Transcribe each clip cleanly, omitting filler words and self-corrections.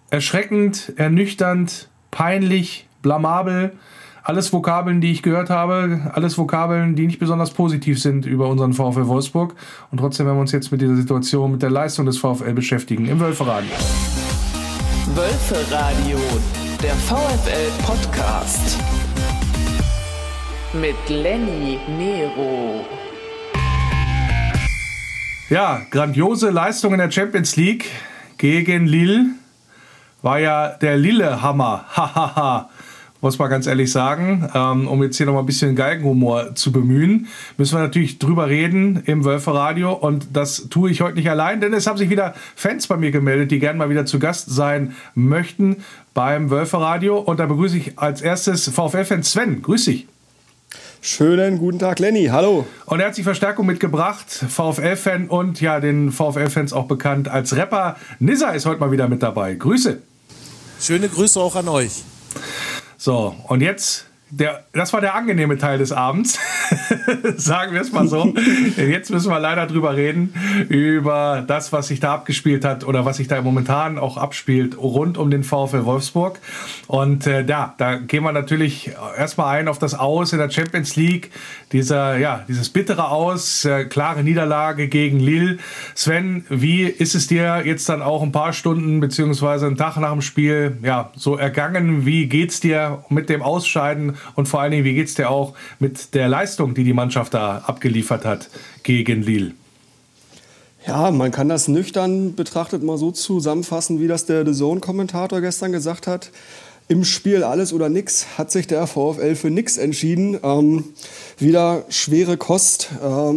erschreckend, ernüchternd, peinlich, blamabel. Alles Vokabeln, die ich gehört habe, alles Vokabeln, die nicht besonders positiv sind über unseren VfL Wolfsburg. Und trotzdem werden wir uns jetzt mit dieser Situation, mit der Leistung des VfL beschäftigen im Wölferadio. Wölferadio, der VfL-Podcast mit Lenny Nero. Ja, grandiose Leistung in der Champions League gegen Lille. War ja der Lillehammer. Hahaha. Muss man ganz ehrlich sagen, um jetzt hier nochmal ein bisschen Galgenhumor zu bemühen, müssen wir natürlich drüber reden im Wölferadio, und das tue ich heute nicht allein, denn es haben sich wieder Fans bei mir gemeldet, die gerne mal wieder zu Gast sein möchten beim Wölferadio, und da begrüße ich als erstes VfL-Fan Sven. Grüß dich. Schönen guten Tag, Lenny. Hallo. Und er hat sich Verstärkung mitgebracht, VfL-Fan und ja, den VfL-Fans auch bekannt als Rapper. Nizza ist heute mal wieder mit dabei. Grüße. Schöne Grüße auch an euch. So, und jetzt, das war der angenehme Teil des Abends, sagen wir es mal so. Jetzt müssen wir leider drüber reden, über das, was sich da abgespielt hat oder was sich da momentan auch abspielt rund um den VfL Wolfsburg. Und da gehen wir natürlich erstmal ein auf das Aus in der Champions League, dieses bittere Aus, klare Niederlage gegen Lille. Sven, wie ist es dir jetzt dann auch ein paar Stunden beziehungsweise einen Tag nach dem Spiel so ergangen? Wie geht's dir mit dem Ausscheiden und vor allen Dingen, wie geht's dir auch mit der Leistung, die die Mannschaft da abgeliefert hat gegen Lille? Ja, man kann das nüchtern betrachtet mal so zusammenfassen, wie das der The Zone-Kommentator gestern gesagt hat. Im Spiel alles oder nix hat sich der VfL für nix entschieden. Wieder schwere Kost.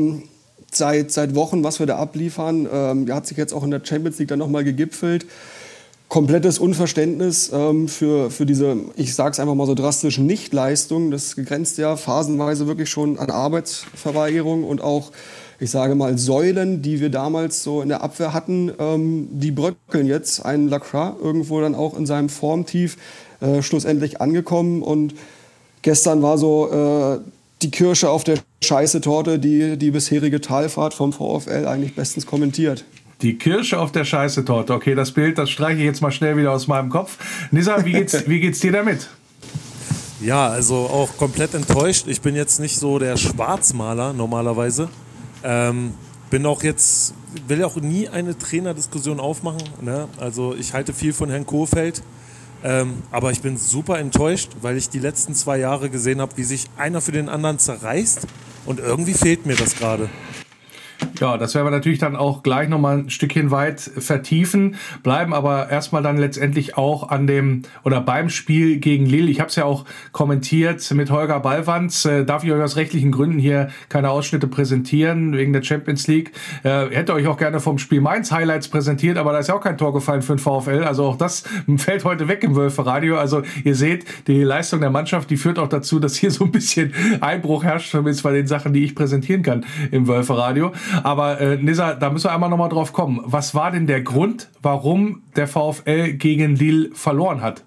Seit Wochen, was wir da abliefern, hat sich jetzt auch in der Champions League dann nochmal gegipfelt. Komplettes Unverständnis für diese, ich sage es einfach mal so drastisch, Nichtleistung. Das grenzt ja phasenweise wirklich schon an Arbeitsverweigerung und auch, ich sage mal, Säulen, die wir damals so in der Abwehr hatten, die bröckeln jetzt. Ein Lacroix irgendwo dann auch in seinem Formtief schlussendlich angekommen. Und gestern war so die Kirsche auf der Scheiße-Torte, die bisherige Talfahrt vom VfL eigentlich bestens kommentiert. Die Kirsche auf der Scheiße-Torte. Okay, das Bild, das streiche ich jetzt mal schnell wieder aus meinem Kopf. Nizza, wie geht's dir damit? Ja, also auch komplett enttäuscht. Ich bin jetzt nicht so der Schwarzmaler normalerweise. Will auch nie eine Trainerdiskussion aufmachen. Ne? Also ich halte viel von Herrn Kohfeldt. Aber ich bin super enttäuscht, weil ich die letzten 2 Jahre gesehen habe, wie sich einer für den anderen zerreißt. Und irgendwie fehlt mir das gerade. Ja, das werden wir natürlich dann auch gleich nochmal ein Stückchen weit vertiefen, bleiben aber erstmal dann letztendlich auch beim Spiel gegen Lille. Ich habe es ja auch kommentiert mit Holger Ballwanz. Darf ich euch aus rechtlichen Gründen hier keine Ausschnitte präsentieren, wegen der Champions League. Hätte euch auch gerne vom Spiel Mainz Highlights präsentiert, aber da ist ja auch kein Tor gefallen für den VfL. Also auch das fällt heute weg im Wölferadio. Also ihr seht, die Leistung der Mannschaft, die führt auch dazu, dass hier so ein bisschen Einbruch herrscht, zumindest bei den Sachen, die ich präsentieren kann im Wölferadio. Aber Nizza, da müssen wir einmal nochmal drauf kommen. Was war denn der Grund, warum der VfL gegen Lille verloren hat?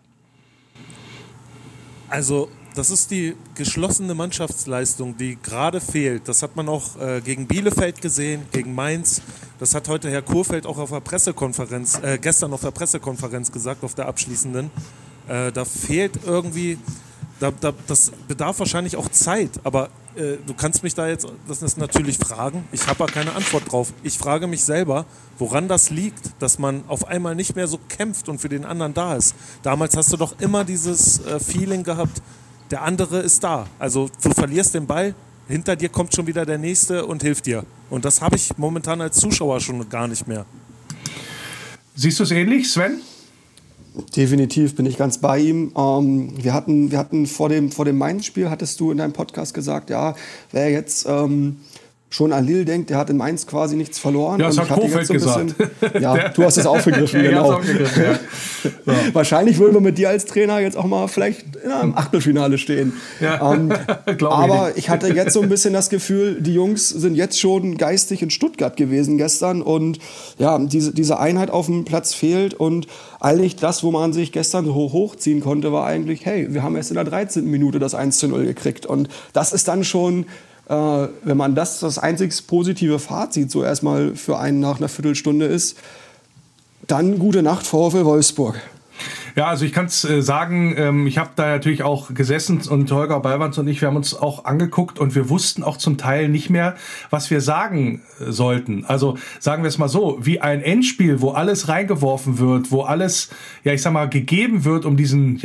Also das ist die geschlossene Mannschaftsleistung, die gerade fehlt. Das hat man auch gegen Bielefeld gesehen, gegen Mainz. Das hat heute Herr Kohfeldt auch auf der Pressekonferenz, gestern auf der Pressekonferenz gesagt, auf der abschließenden. Da fehlt irgendwie, das bedarf wahrscheinlich auch Zeit, aber du kannst mich da jetzt, das ist natürlich fragen, ich habe aber keine Antwort drauf. Ich frage mich selber, woran das liegt, dass man auf einmal nicht mehr so kämpft und für den anderen da ist. Damals hast du doch immer dieses Feeling gehabt, der andere ist da. Also du verlierst den Ball, hinter dir kommt schon wieder der Nächste und hilft dir. Und das habe ich momentan als Zuschauer schon gar nicht mehr. Siehst du es ähnlich, Sven? Definitiv bin ich ganz bei ihm. Wir hatten vor dem Mainz-Spiel, hattest du in deinem Podcast gesagt, ja, wer jetzt schon an Lille denkt, der hat in Mainz quasi nichts verloren. Ja, das hat Kohfeldt gesagt. Ja, du hast es aufgegriffen, genau. Ja. So. Wahrscheinlich würden wir mit dir als Trainer jetzt auch mal vielleicht in einem Achtelfinale stehen. Ja. Aber ich hatte jetzt so ein bisschen das Gefühl, die Jungs sind jetzt schon geistig in Stuttgart gewesen gestern und ja, diese Einheit auf dem Platz fehlt und eigentlich das, wo man sich gestern so hochziehen konnte, war eigentlich, hey, wir haben erst in der 13. Minute das 1:0 gekriegt und das ist dann schon, wenn man das einzig positive Fazit so erstmal für einen nach einer Viertelstunde ist, dann gute Nacht VfL Wolfsburg. Ja, also ich kann es sagen, ich habe da natürlich auch gesessen und Holger Ballwanz und ich, wir haben uns auch angeguckt und wir wussten auch zum Teil nicht mehr, was wir sagen sollten. Also sagen wir es mal so, wie ein Endspiel, wo alles reingeworfen wird, wo alles, ja ich sag mal, gegeben wird, um diesen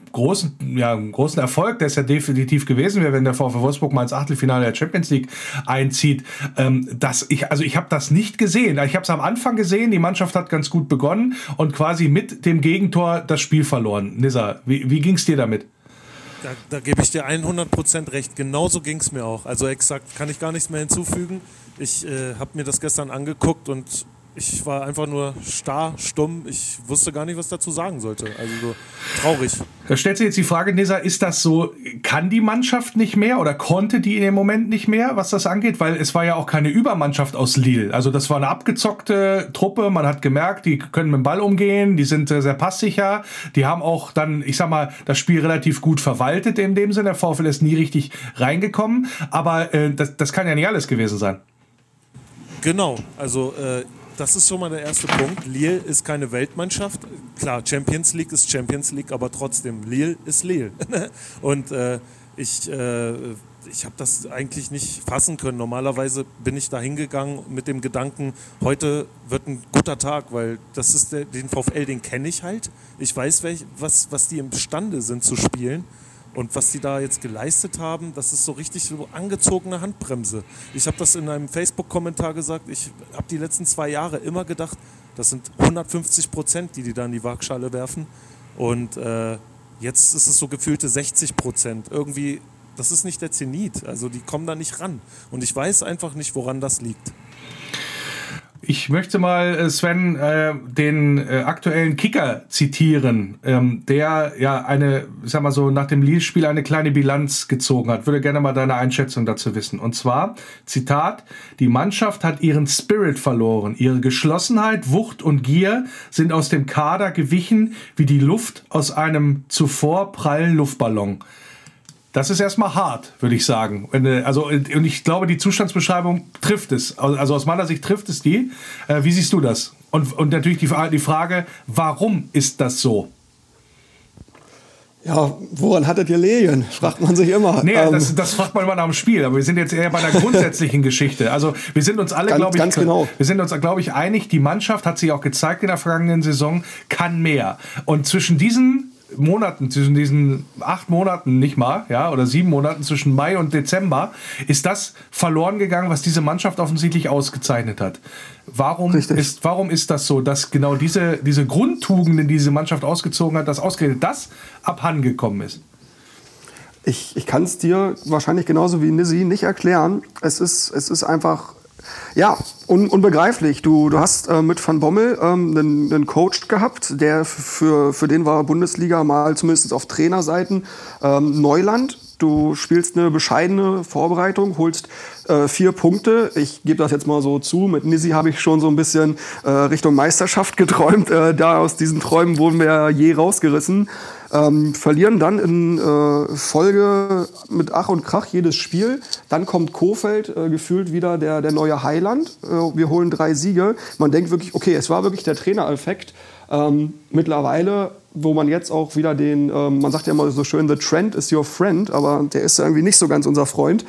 großen Erfolg, der ist ja definitiv gewesen wäre, wenn der VfL Wolfsburg mal ins Achtelfinale der Champions League einzieht. Ich habe das nicht gesehen. Ich habe es am Anfang gesehen, die Mannschaft hat ganz gut begonnen und quasi mit dem Gegentor das Spiel verloren. Nizar, wie ging es dir damit? Da gebe ich dir 100% recht. Genauso ging es mir auch. Also exakt kann ich gar nichts mehr hinzufügen. Ich habe mir das gestern angeguckt und ich war einfach nur starr, stumm. Ich wusste gar nicht, was dazu sagen sollte. Also so traurig. Da stellt sich jetzt die Frage, Nizar, ist das so, kann die Mannschaft nicht mehr oder konnte die in dem Moment nicht mehr, was das angeht? Weil es war ja auch keine Übermannschaft aus Lille. Also das war eine abgezockte Truppe. Man hat gemerkt, die können mit dem Ball umgehen, die sind sehr passsicher. Die haben auch dann, ich sag mal, das Spiel relativ gut verwaltet in dem Sinne. Der VfL ist nie richtig reingekommen. Aber das kann ja nicht alles gewesen sein. Genau, also das ist schon mal der erste Punkt. Lille ist keine Weltmannschaft. Klar, Champions League ist Champions League, aber trotzdem, Lille ist Lille. Und ich habe das eigentlich nicht fassen können. Normalerweise bin ich da hingegangen mit dem Gedanken, heute wird ein guter Tag, weil das ist den VfL, den kenne ich halt. Ich weiß, was die imstande sind zu spielen. Und was die da jetzt geleistet haben, das ist so richtig so angezogene Handbremse. Ich habe das in einem Facebook-Kommentar gesagt, ich habe die letzten 2 Jahre immer gedacht, das sind 150%, die da in die Waagschale werfen. Und jetzt ist es so gefühlte 60%. Irgendwie, das ist nicht der Zenit, also die kommen da nicht ran. Und ich weiß einfach nicht, woran das liegt. Ich möchte mal, Sven, den aktuellen Kicker zitieren, der ja nach dem Lille-Spiel eine kleine Bilanz gezogen hat. Würde gerne mal deine Einschätzung dazu wissen. Und zwar, Zitat, die Mannschaft hat ihren Spirit verloren. Ihre Geschlossenheit, Wucht und Gier sind aus dem Kader gewichen wie die Luft aus einem zuvor prallen Luftballon. Das ist erstmal hart, würde ich sagen. Und ich glaube, die Zustandsbeschreibung trifft es. Also aus meiner Sicht trifft es die. Wie siehst du das? Und natürlich die Frage, warum ist das so? Ja, woran hattet ihr gelegen? Fragt man sich immer. Nee, das fragt man immer nach dem Spiel. Aber wir sind jetzt eher bei einer grundsätzlichen Geschichte. Also wir sind uns alle, glaube ich, einig, die Mannschaft, hat sich auch gezeigt in der vergangenen Saison, kann mehr. Und zwischen diesen 8 Monaten nicht mal, ja, oder 7 Monaten zwischen Mai und Dezember, ist das verloren gegangen, was diese Mannschaft offensichtlich ausgezeichnet hat. Warum ist das so, dass genau diese Grundtugenden, die diese Mannschaft ausgezogen hat, dass ausgerechnet das abhandengekommen ist? Ich kann es dir wahrscheinlich genauso wie Nizzi nicht erklären. Es ist einfach unbegreiflich. Du hast mit Van Bommel einen Coach gehabt, der für den war Bundesliga mal zumindest auf Trainerseiten Neuland. Du spielst eine bescheidene Vorbereitung, holst 4 Punkte. Ich gebe das jetzt mal so zu. Mit Nizzi habe ich schon so ein bisschen Richtung Meisterschaft geträumt. Da aus diesen Träumen wurden wir je rausgerissen. Verlieren dann in Folge mit Ach und Krach jedes Spiel. Dann kommt Kohfeldt, gefühlt wieder der neue Heiland. Wir holen 3 Siege. Man denkt wirklich, okay, es war wirklich der Trainereffekt. Mittlerweile, wo man jetzt auch wieder man sagt ja immer so schön, the trend is your friend, aber der ist irgendwie nicht so ganz unser Freund.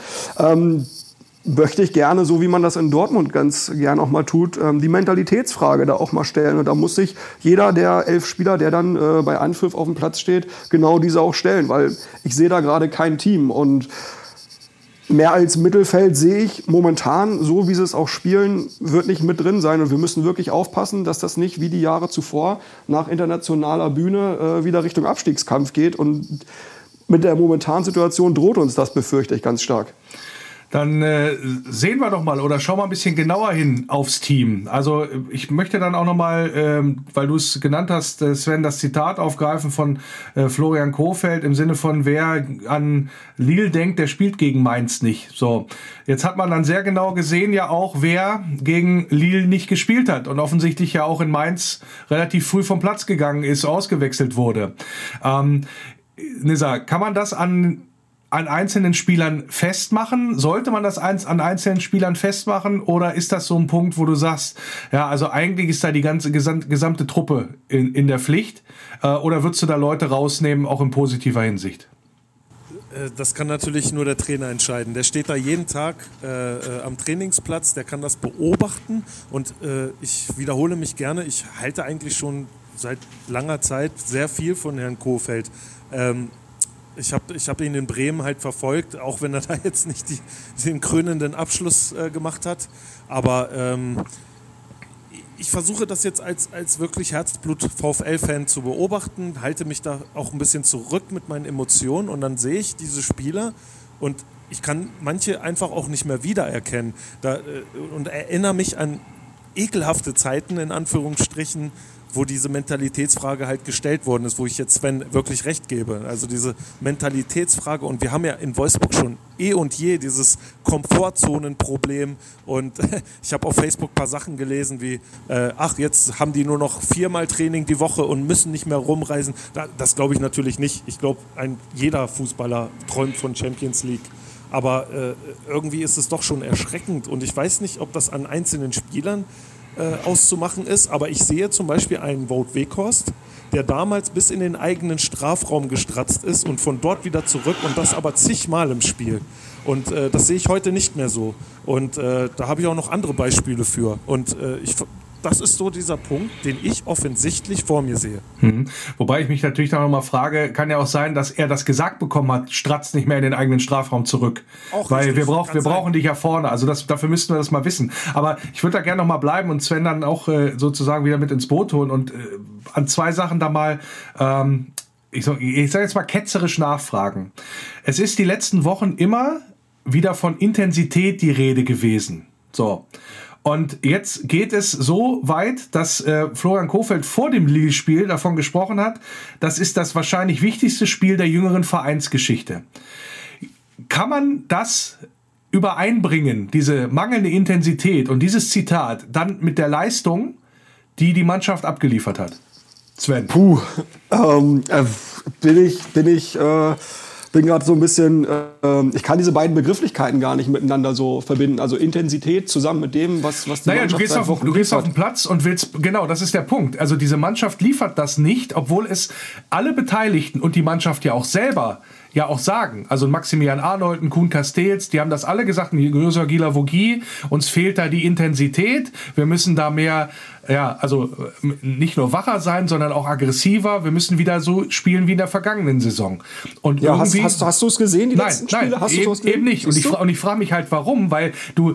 Möchte ich gerne, so wie man das in Dortmund ganz gerne auch mal tut, die Mentalitätsfrage da auch mal stellen. Und da muss sich jeder der 11 Spieler, der dann bei Anpfiff auf dem Platz steht, genau diese auch stellen. Weil ich sehe da gerade kein Team. Und mehr als Mittelfeld sehe ich momentan, so wie sie es auch spielen, wird nicht mit drin sein. Und wir müssen wirklich aufpassen, dass das nicht wie die Jahre zuvor nach internationaler Bühne wieder Richtung Abstiegskampf geht. Und mit der momentanen Situation droht uns das, befürchte ich, ganz stark. Dann sehen wir doch mal oder schau mal ein bisschen genauer hin aufs Team. Also ich möchte dann auch noch mal, weil du es genannt hast, Sven, das Zitat aufgreifen von Florian Kohfeldt im Sinne von, wer an Lille denkt, der spielt gegen Mainz nicht. So, jetzt hat man dann sehr genau gesehen ja auch, wer gegen Lille nicht gespielt hat und offensichtlich ja auch in Mainz relativ früh vom Platz gegangen ist, ausgewechselt wurde. Nizar, kann man das an an einzelnen Spielern festmachen? Sollte man das an einzelnen Spielern festmachen? Oder ist das so ein Punkt, wo du sagst, ja, also eigentlich ist da die ganze gesamte Truppe in der Pflicht? Oder würdest du da Leute rausnehmen, auch in positiver Hinsicht? Das kann natürlich nur der Trainer entscheiden. Der steht da jeden Tag am Trainingsplatz, der kann das beobachten. Und ich wiederhole mich gerne, ich halte eigentlich schon seit langer Zeit sehr viel von Herrn Kohfeldt. Ich hab ihn in Bremen halt verfolgt, auch wenn er da jetzt nicht den krönenden Abschluss gemacht hat. Aber ich versuche das jetzt als wirklich Herzblut-VfL-Fan zu beobachten, halte mich da auch ein bisschen zurück mit meinen Emotionen und dann sehe ich diese Spieler und ich kann manche einfach auch nicht mehr wiedererkennen und erinnere mich an ekelhafte Zeiten, in Anführungsstrichen, wo diese Mentalitätsfrage halt gestellt worden ist, wo ich jetzt Sven wirklich recht gebe. Also diese Mentalitätsfrage, und wir haben ja in Wolfsburg schon und je dieses Komfortzonenproblem und ich habe auf Facebook ein paar Sachen gelesen wie, jetzt haben die nur noch 4-mal Training die Woche und müssen nicht mehr rumreisen. Das glaube ich natürlich nicht. Ich glaube, jeder Fußballer träumt von Champions League. Aber irgendwie ist es doch schon erschreckend und ich weiß nicht, ob das an einzelnen Spielern auszumachen ist, aber ich sehe zum Beispiel einen Wout Weghorst, der damals bis in den eigenen Strafraum gestratzt ist und von dort wieder zurück und das aber zigmal im Spiel. Und das sehe ich heute nicht mehr so. Und da habe ich auch noch andere Beispiele für. Und das ist so dieser Punkt, den ich offensichtlich vor mir sehe. Wobei ich mich natürlich noch mal frage, kann ja auch sein, dass er das gesagt bekommen hat, stratzt nicht mehr in den eigenen Strafraum zurück. Auch weil richtig, wir brauchen dich ja vorne, also dafür müssten wir das mal wissen. Aber ich würde da gerne noch mal bleiben und Sven dann auch sozusagen wieder mit ins Boot holen und an zwei Sachen da mal, ich sage jetzt mal ketzerisch nachfragen. Es ist die letzten Wochen immer wieder von Intensität die Rede gewesen. So. Und jetzt geht es so weit, dass Florian Kohfeldt vor dem Lille-Spiel davon gesprochen hat, das ist das wahrscheinlich wichtigste Spiel der jüngeren Vereinsgeschichte. Kann man das übereinbringen, diese mangelnde Intensität und dieses Zitat, dann mit der Leistung, die die Mannschaft abgeliefert hat? Sven? Bin gerade so ein bisschen, ich kann diese beiden Begrifflichkeiten gar nicht miteinander so verbinden. Also Intensität zusammen mit dem, was die Mannschaft du gehst auf den Platz und willst, genau, das ist der Punkt. Also diese Mannschaft liefert das nicht, obwohl es alle Beteiligten und die Mannschaft ja auch selber ja auch sagen. Also Maximilian Arnold, ein Kuhn Castells, die haben das alle gesagt, ein Josua Guilavogui, uns fehlt da die Intensität, wir müssen da mehr, also nicht nur wacher sein, sondern auch aggressiver, wir müssen wieder so spielen wie in der vergangenen Saison. Und ja, hast du es gesehen, die letzten Spiele? Nein, eben nicht. Und ich frage mich halt, warum, weil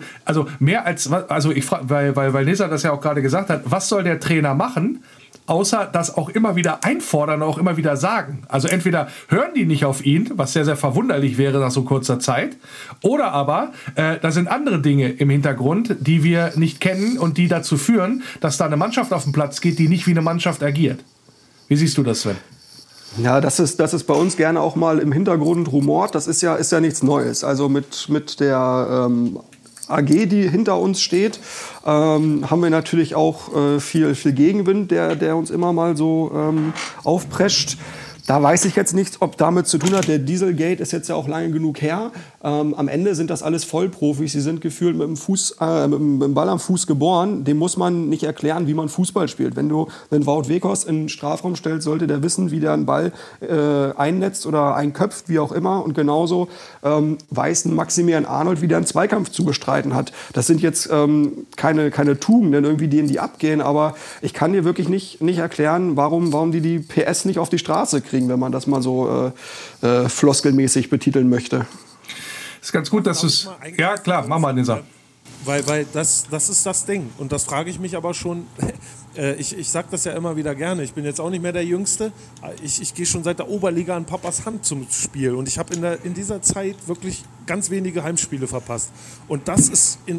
weil Nizar das ja auch gerade gesagt hat, was soll der Trainer machen? Außer das auch immer wieder einfordern, auch immer wieder sagen. Also entweder hören die nicht auf ihn, was sehr, sehr verwunderlich wäre nach so kurzer Zeit, oder aber da sind andere Dinge im Hintergrund, die wir nicht kennen und die dazu führen, dass da eine Mannschaft auf den Platz geht, die nicht wie eine Mannschaft agiert. Wie siehst du das, Sven? Ja, das ist bei uns gerne auch mal im Hintergrund rumort. Das ist ja nichts Neues. Also mit der AG, die hinter uns steht, haben wir natürlich auch viel Gegenwind, der uns immer mal so aufprescht. Da weiß ich jetzt nicht, ob damit zu tun hat. Der Dieselgate ist jetzt ja auch lange genug her. Am Ende sind das alles Vollprofis. Sie sind gefühlt mit dem Ball am Fuß geboren. Dem muss man nicht erklären, wie man Fußball spielt. Wenn Wout Weghorst in den Strafraum stellt, sollte der wissen, wie der einen Ball einnetzt oder einköpft, wie auch immer. Und genauso weiß ein Maximilian Arnold, wie der einen Zweikampf zu bestreiten hat. Das sind jetzt keine Tugenden, irgendwie, die abgehen. Aber ich kann dir wirklich nicht erklären, warum die PS nicht auf die Straße kriegen, wenn man das mal so floskelmäßig betiteln möchte. Ist ganz gut, dass du es... Ja, klar, mach mal, Nizar. Weil das ist das Ding. Und das frage ich mich aber schon... Ich sage das ja immer wieder gerne. Ich bin jetzt auch nicht mehr der Jüngste. Ich gehe schon seit der Oberliga an Papas Hand zum Spiel. Und ich habe in dieser Zeit wirklich ganz wenige Heimspiele verpasst. Und das ist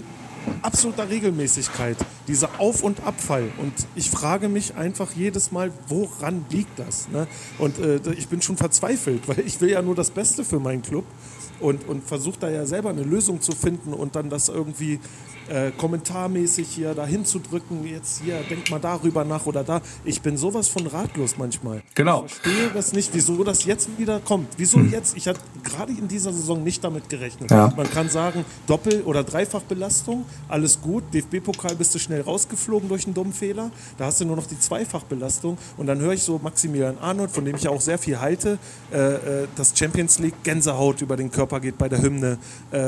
absoluter Regelmäßigkeit, dieser Auf- und Abfall. Und ich frage mich einfach jedes Mal, woran liegt das? Ne? Und ich bin schon verzweifelt, weil ich will ja nur das Beste für meinen Club und versuche da ja selber eine Lösung zu finden und dann das irgendwie kommentarmäßig hier dahin zu drücken, jetzt hier, denkt mal darüber nach oder da. Ich bin sowas von ratlos manchmal. Genau. Ich verstehe das nicht, wieso das jetzt wieder kommt. Wieso jetzt? Ich hatte gerade in dieser Saison nicht damit gerechnet. Ja. Man kann sagen, Doppel- oder Dreifachbelastung, alles gut. DFB-Pokal bist du schnell rausgeflogen durch einen dummen Fehler. Da hast du nur noch die Zweifachbelastung. Und dann höre ich so Maximilian Arnold, von dem ich ja auch sehr viel halte, dass Champions League Gänsehaut über den Körper geht bei der Hymne.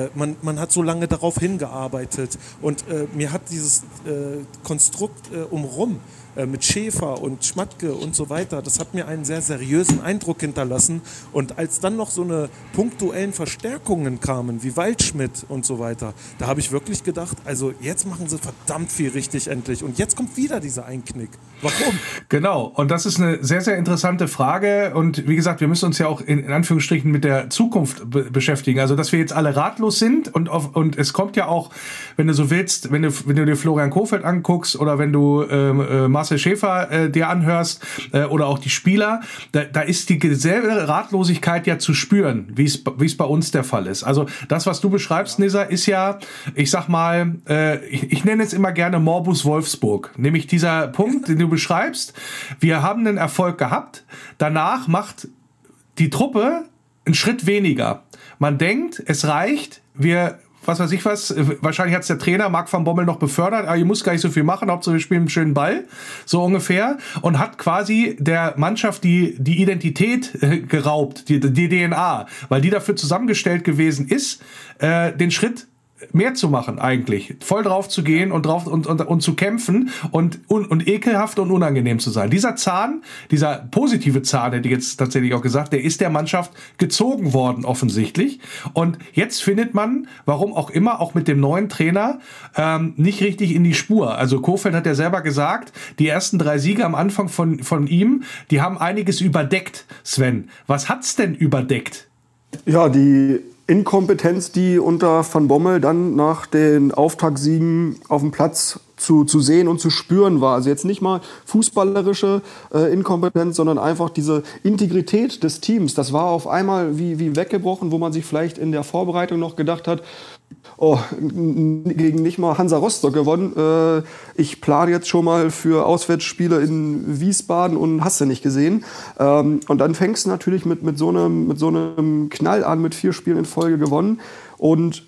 Man hat so lange darauf hingearbeitet. Und mir hat dieses Konstrukt umrum mit Schäfer und Schmatke und so weiter, das hat mir einen sehr seriösen Eindruck hinterlassen. Und als dann noch so eine punktuellen Verstärkungen kamen, wie Waldschmidt und so weiter, da habe ich wirklich gedacht, also jetzt machen sie verdammt viel richtig endlich. Und jetzt kommt wieder dieser Einknick. Warum? Genau, und das ist eine sehr, sehr interessante Frage. Und wie gesagt, wir müssen uns ja auch in Anführungsstrichen mit der Zukunft beschäftigen. Also, dass wir jetzt alle ratlos sind und es kommt ja auch, wenn du so willst, wenn du dir Florian Kohfeldt anguckst oder wenn du Marcel Schäfer dir anhörst oder auch die Spieler, da ist die selbe Ratlosigkeit ja zu spüren, wie es bei uns der Fall ist. Also das, was du beschreibst, Nizar, ist ja, ich sag mal, ich nenne es immer gerne Morbus Wolfsburg, nämlich dieser Punkt, den du beschreibst. Wir haben einen Erfolg gehabt, danach macht die Truppe einen Schritt weniger. Man denkt, es reicht, was weiß ich was, wahrscheinlich hat es der Trainer Marc van Bommel noch befördert, aber ihr müsst gar nicht so viel machen, Hauptsache wir spielen einen schönen Ball, so ungefähr, und hat quasi der Mannschaft die Identität geraubt, die DNA, weil die dafür zusammengestellt gewesen ist, den Schritt mehr zu machen eigentlich, voll drauf zu gehen und zu kämpfen und ekelhaft und unangenehm zu sein. Dieser Zahn, dieser positive Zahn, hätte ich jetzt tatsächlich auch gesagt, der ist der Mannschaft gezogen worden offensichtlich. Und jetzt findet man, warum auch immer, auch mit dem neuen Trainer nicht richtig in die Spur. Also Kohfeldt hat ja selber gesagt, die ersten 3 Siege am Anfang von ihm, die haben einiges überdeckt. Sven, was hat's denn überdeckt? Ja, die Inkompetenz, die unter Van Bommel dann nach den Auftaktsiegen auf dem Platz zu sehen und zu spüren war. Also jetzt nicht mal fußballerische Inkompetenz, sondern einfach diese Integrität des Teams. Das war auf einmal wie weggebrochen, wo man sich vielleicht in der Vorbereitung noch gedacht hat, oh, gegen nicht mal Hansa Rostock gewonnen. Ich plane jetzt schon mal für Auswärtsspiele in Wiesbaden und hast du nicht gesehen. Und dann fängst du natürlich mit so einem Knall an, mit 4 Spielen in Folge gewonnen. Und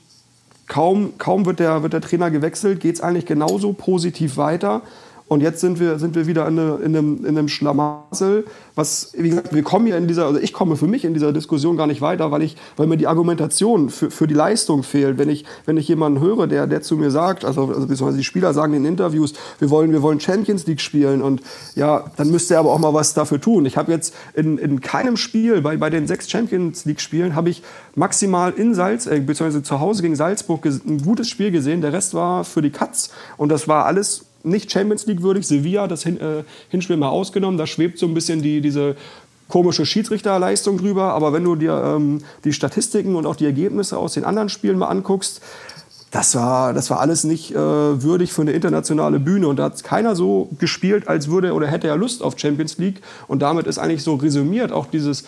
kaum wird der Trainer gewechselt, geht es eigentlich genauso positiv weiter. Und jetzt sind wir wieder in einem Schlamassel. Wie gesagt, ich komme für mich in dieser Diskussion gar nicht weiter, weil mir die Argumentation für die Leistung fehlt. Wenn ich jemanden höre, der zu mir sagt, also beziehungsweise die Spieler sagen in Interviews, wir wollen Champions League spielen, und ja, dann müsste er aber auch mal was dafür tun. Ich habe jetzt in keinem Spiel, bei den 6 Champions League Spielen, habe ich maximal beziehungsweise zu Hause gegen Salzburg ein gutes Spiel gesehen. Der Rest war für die Katz, und das war alles nicht Champions League würdig. Sevilla, das Hinspiel mal ausgenommen, da schwebt so ein bisschen diese komische Schiedsrichterleistung drüber. Aber wenn du dir die Statistiken und auch die Ergebnisse aus den anderen Spielen mal anguckst, das war alles nicht würdig für eine internationale Bühne. Und da hat keiner so gespielt, als würde oder hätte er Lust auf Champions League. Und damit ist eigentlich so resümiert auch dieses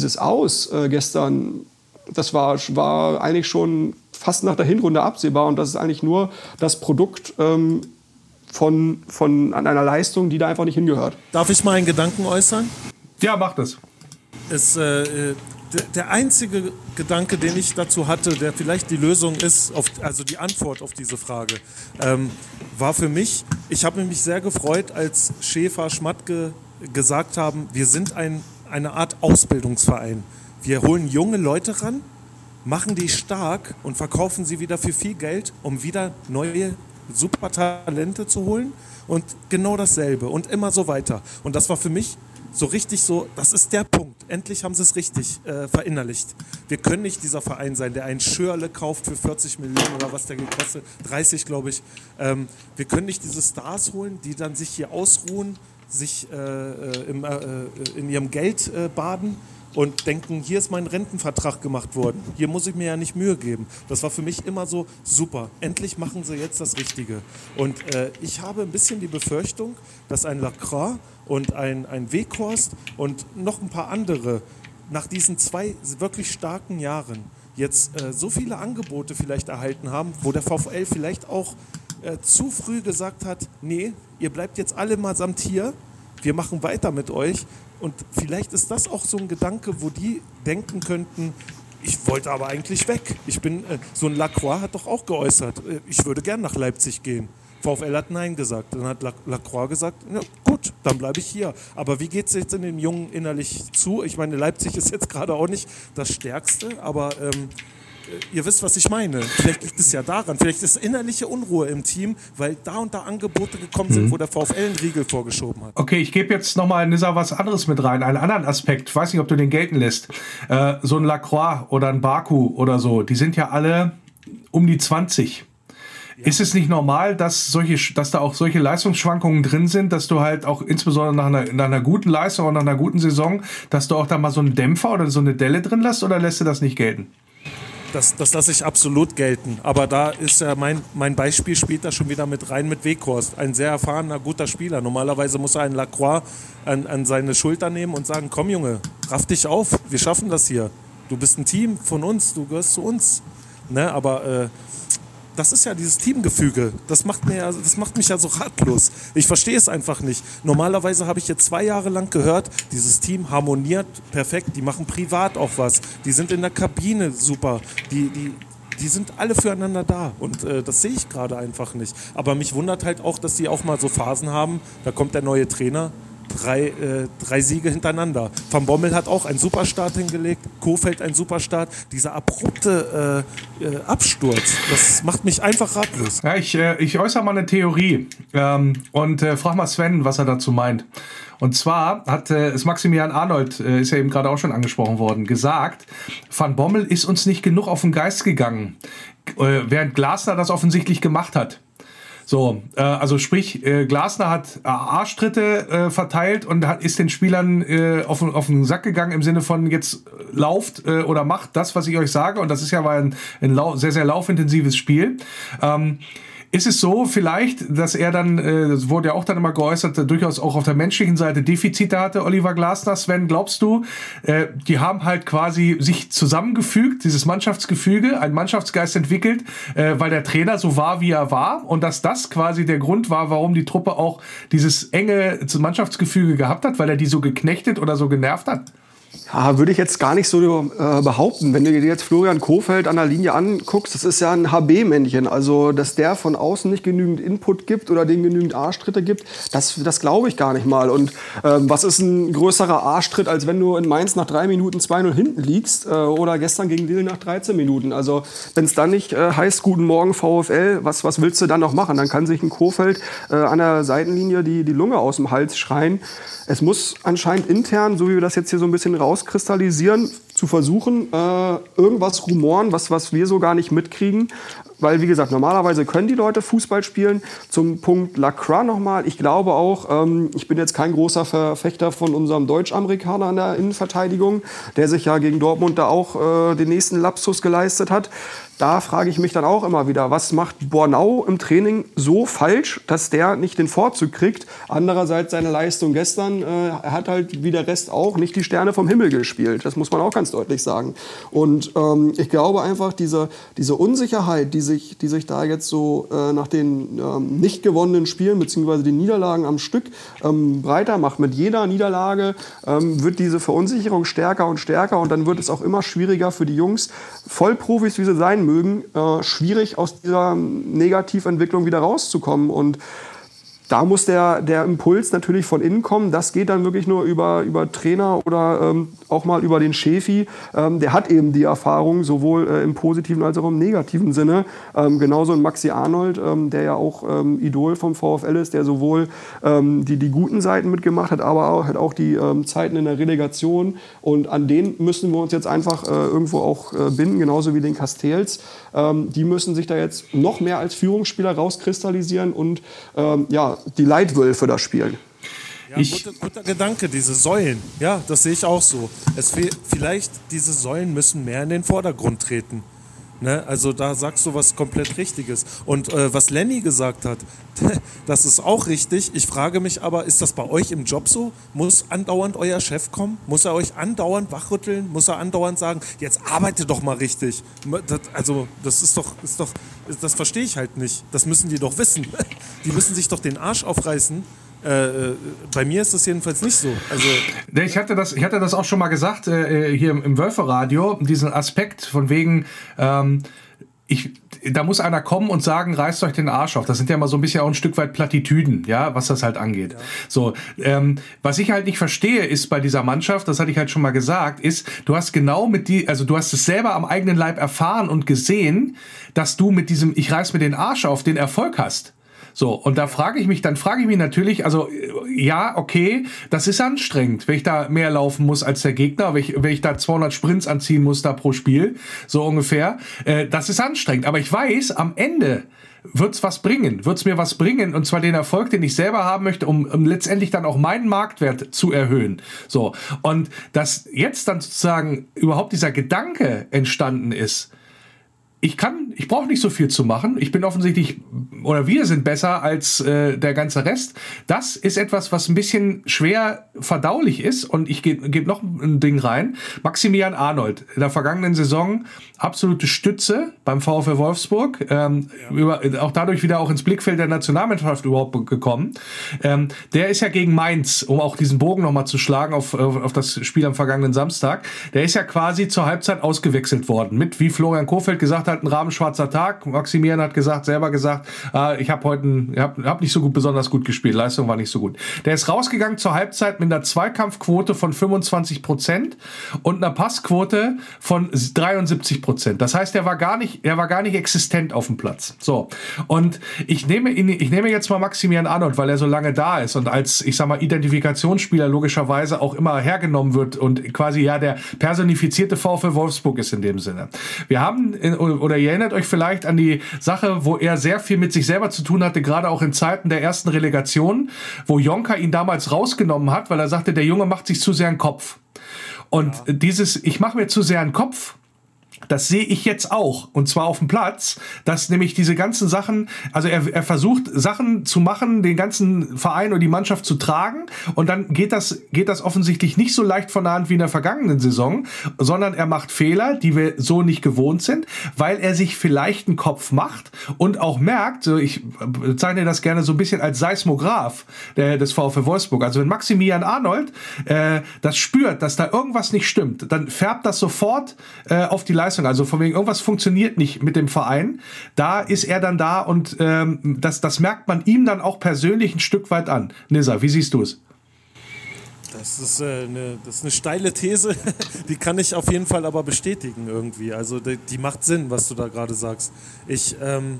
Aus gestern. Das war eigentlich schon fast nach der Hinrunde absehbar. Und das ist eigentlich nur das Produkt von einer Leistung, die da einfach nicht hingehört. Darf ich mal einen Gedanken äußern? Ja, mach das. Der einzige Gedanke, den ich dazu hatte, der vielleicht die Lösung ist, also die Antwort auf diese Frage, war für mich, ich habe mich sehr gefreut, als Schäfer, Schmatke gesagt haben, wir sind eine Art Ausbildungsverein. Wir holen junge Leute ran, machen die stark und verkaufen sie wieder für viel Geld, um wieder neue super Talente zu holen, und genau dasselbe und immer so weiter. Und das war für mich so richtig so, das ist der Punkt. Endlich haben sie es richtig verinnerlicht. Wir können nicht dieser Verein sein, der einen Schürrle kauft für 40 Millionen oder was der gekostet, 30 glaube ich. Wir können nicht diese Stars holen, die dann sich hier ausruhen, sich in ihrem Geld baden, und denken, hier ist mein Rentenvertrag gemacht worden, hier muss ich mir ja nicht Mühe geben. Das war für mich immer so, super, endlich machen sie jetzt das Richtige. Und ich habe ein bisschen die Befürchtung, dass ein Lacroix und ein Weghorst und noch ein paar andere nach diesen 2 wirklich starken Jahren jetzt so viele Angebote vielleicht erhalten haben, wo der VfL vielleicht auch zu früh gesagt hat, nee, ihr bleibt jetzt alle mal samt hier, wir machen weiter mit euch. Und vielleicht ist das auch so ein Gedanke, wo die denken könnten, ich wollte aber eigentlich weg. So ein Lacroix hat doch auch geäußert, ich würde gern nach Leipzig gehen. VfL hat Nein gesagt. Dann hat Lacroix gesagt, ja, gut, dann bleibe ich hier. Aber wie geht es jetzt in dem Jungen innerlich zu? Ich meine, Leipzig ist jetzt gerade auch nicht das Stärkste, aber ihr wisst, was ich meine. Vielleicht liegt es ja daran. Vielleicht ist innerliche Unruhe im Team, weil da und da Angebote gekommen sind, wo der VfL einen Riegel vorgeschoben hat. Okay, ich gebe jetzt nochmal, Nizar, was anderes mit rein. Einen anderen Aspekt. Ich weiß nicht, ob du den gelten lässt. So ein Lacroix oder ein Baku oder so, die sind ja alle um die 20. Ja. Ist es nicht normal, dass da auch solche Leistungsschwankungen drin sind, dass du halt auch insbesondere nach einer guten Leistung und nach einer guten Saison, dass du auch da mal so einen Dämpfer oder so eine Delle drin lässt, oder lässt du das nicht gelten? Das lasse ich absolut gelten. Aber da ist ja mein Beispiel, spielt da schon wieder mit rein mit Weghorst. Ein sehr erfahrener, guter Spieler. Normalerweise muss er einen Lacroix an seine Schulter nehmen und sagen, komm Junge, raff dich auf, wir schaffen das hier. Du bist ein Team von uns, du gehörst zu uns. Ne? Aber das ist ja dieses Teamgefüge. Das macht mich ja so ratlos. Ich verstehe es einfach nicht. Normalerweise habe ich jetzt 2 Jahre lang gehört, dieses Team harmoniert perfekt. Die machen privat auch was. Die sind in der Kabine super. Die sind alle füreinander da. Und das sehe ich gerade einfach nicht. Aber mich wundert halt auch, dass die auch mal so Phasen haben. Da kommt der neue Trainer. 3 Siege hintereinander. Van Bommel hat auch einen Superstart hingelegt, Kohfeldt einen Superstart. Dieser abrupte Absturz, das macht mich einfach ratlos. Ja, ich äußere mal eine Theorie und frage mal Sven, was er dazu meint. Und zwar ist Maximilian Arnold, ist ja eben gerade auch schon angesprochen worden, gesagt, Van Bommel ist uns nicht genug auf den Geist gegangen, während Glasner das offensichtlich gemacht hat. So, also sprich, Glasner hat Arschtritte verteilt und ist den Spielern auf den Sack gegangen im Sinne von jetzt lauft oder macht das, was ich euch sage. Und das ist ja mal ein sehr, sehr laufintensives Spiel. Ist es so vielleicht, dass er dann, das wurde ja auch dann immer geäußert, durchaus auch auf der menschlichen Seite Defizite hatte, Oliver Glasner? Sven, glaubst du, die haben halt quasi sich zusammengefügt, dieses Mannschaftsgefüge, einen Mannschaftsgeist entwickelt, weil der Trainer so war, wie er war, und dass das quasi der Grund war, warum die Truppe auch dieses enge Mannschaftsgefüge gehabt hat, weil er die so geknechtet oder so genervt hat? Ja, würde ich jetzt gar nicht so behaupten. Wenn du dir jetzt Florian Kohfeldt an der Linie anguckst, das ist ja ein HB-Männchen. Also, dass der von außen nicht genügend Input gibt oder denen genügend Arschtritte gibt, das glaube ich gar nicht mal. Und was ist ein größerer Arschtritt, als wenn du in Mainz nach 3 Minuten 2-0 hinten liegst oder gestern gegen Lille nach 13 Minuten. Also, wenn es dann nicht heißt, guten Morgen VfL, was willst du dann noch machen? Dann kann sich ein Kohfeldt an der Seitenlinie die Lunge aus dem Hals schreien. Es muss anscheinend intern, so wie wir das jetzt hier so ein bisschen rauskristallisieren, zu versuchen, irgendwas rumoren, was wir so gar nicht mitkriegen. Weil, wie gesagt, normalerweise können die Leute Fußball spielen. Zum Punkt Lacroix nochmal. Ich glaube auch, ich bin jetzt kein großer Verfechter von unserem Deutsch-Amerikaner in der Innenverteidigung, der sich ja gegen Dortmund da auch den nächsten Lapsus geleistet hat. Da frage ich mich dann auch immer wieder, was macht Bornau im Training so falsch, dass der nicht den Vorzug kriegt? Andererseits seine Leistung gestern, er hat halt wie der Rest auch nicht die Sterne vom Himmel gespielt. Das muss man auch ganz deutlich sagen. Und ich glaube einfach, diese Unsicherheit, die sich da jetzt so nach den nicht gewonnenen Spielen bzw. den Niederlagen am Stück breiter macht. Mit jeder Niederlage wird diese Verunsicherung stärker und stärker, und dann wird es auch immer schwieriger für die Jungs, Vollprofis wie sie sein mögen, schwierig aus dieser Negativentwicklung wieder rauszukommen. Und da muss der Impuls natürlich von innen kommen. Das geht dann wirklich nur über Trainer oder auch mal über den Schefi. Der hat eben die Erfahrung, sowohl im positiven als auch im negativen Sinne. Genauso ein Maxi Arnold, der ja auch Idol vom VfL ist, der sowohl die guten Seiten mitgemacht hat, aber auch die Zeiten in der Relegation. Und an denen müssen wir uns jetzt einfach irgendwo auch binden, genauso wie den Castells. Die müssen sich da jetzt noch mehr als Führungsspieler rauskristallisieren und die Leitwölfe da spielen. Ja, guter Gedanke, diese Säulen. Ja, das sehe ich auch so. Vielleicht diese Säulen müssen mehr in den Vordergrund treten. Ne? Also da sagst du was komplett Richtiges. Und was Lenny gesagt hat, das ist auch richtig. Ich frage mich aber, ist das bei euch im Job so? Muss andauernd euer Chef kommen? Muss er euch andauernd wachrütteln? Muss er andauernd sagen, jetzt arbeite doch mal richtig? Das verstehe ich halt nicht. Das müssen die doch wissen. Die müssen sich doch den Arsch aufreißen. Bei mir ist das jedenfalls nicht so. Also ich hatte das auch schon mal gesagt, hier im Wölfe-Radio, diesen Aspekt von wegen, da muss einer kommen und sagen, reißt euch den Arsch auf. Das sind ja mal so ein bisschen auch ein Stück weit Plattitüden, ja, was das halt angeht. Ja. So, was ich halt nicht verstehe, ist bei dieser Mannschaft, das hatte ich halt schon mal gesagt, ist, du hast genau du hast es selber am eigenen Leib erfahren und gesehen, dass du mit diesem Ich reiß mir den Arsch auf den Erfolg hast. So, und da frage ich mich natürlich, also ja, okay, das ist anstrengend, wenn ich da mehr laufen muss als der Gegner, wenn ich da 200 Sprints anziehen muss da pro Spiel, so ungefähr, das ist anstrengend. Aber ich weiß, am Ende wird's mir was bringen, und zwar den Erfolg, den ich selber haben möchte, um letztendlich dann auch meinen Marktwert zu erhöhen. So, und dass jetzt dann sozusagen überhaupt dieser Gedanke entstanden ist, ich brauche nicht so viel zu machen. Ich bin offensichtlich, oder wir sind besser als der ganze Rest. Das ist etwas, was ein bisschen schwer verdaulich ist. Und ich gebe noch ein Ding rein. Maximilian Arnold, in der vergangenen Saison absolute Stütze beim VfL Wolfsburg. Auch dadurch wieder auch ins Blickfeld der Nationalmannschaft überhaupt gekommen. Der ist ja gegen Mainz, um auch diesen Bogen nochmal zu schlagen auf das Spiel am vergangenen Samstag. Der ist ja quasi zur Halbzeit ausgewechselt worden. Mit, wie Florian Kohfeldt gesagt hat, ein rabenschwarzer Tag. Maximilian hat selber gesagt, ich habe nicht so besonders gut gespielt, Leistung war nicht so gut. Der ist rausgegangen zur Halbzeit mit einer Zweikampfquote von 25% und einer Passquote von 73%. Das heißt, er war gar nicht existent auf dem Platz. So. Und ich nehme jetzt mal Maximilian Arnold, weil er so lange da ist und als, ich sag mal, Identifikationsspieler logischerweise auch immer hergenommen wird und quasi ja der personifizierte VfL Wolfsburg ist in dem Sinne. Wir haben oder ihr erinnert euch vielleicht an die Sache, wo er sehr viel mit sich selber zu tun hatte, gerade auch in Zeiten der ersten Relegation, wo Jonker ihn damals rausgenommen hat, weil er sagte, der Junge macht sich zu sehr einen Kopf. Und ich mache mir zu sehr einen Kopf, das sehe ich jetzt auch, und zwar auf dem Platz, dass nämlich diese ganzen Sachen, also er versucht Sachen zu machen, den ganzen Verein oder die Mannschaft zu tragen, und dann geht das offensichtlich nicht so leicht von der Hand wie in der vergangenen Saison, sondern er macht Fehler, die wir so nicht gewohnt sind, weil er sich vielleicht einen Kopf macht und auch merkt, so ich bezeichne das gerne so ein bisschen als Seismograph des VfL Wolfsburg, also wenn Maximilian Arnold das spürt, dass da irgendwas nicht stimmt, dann färbt das sofort auf die Leistung. Also von wegen, irgendwas funktioniert nicht mit dem Verein. Da ist er dann da und das merkt man ihm dann auch persönlich ein Stück weit an. Nizar, wie siehst du es? Das ist eine steile These, die kann ich auf jeden Fall aber bestätigen irgendwie. Also die macht Sinn, was du da gerade sagst. Ich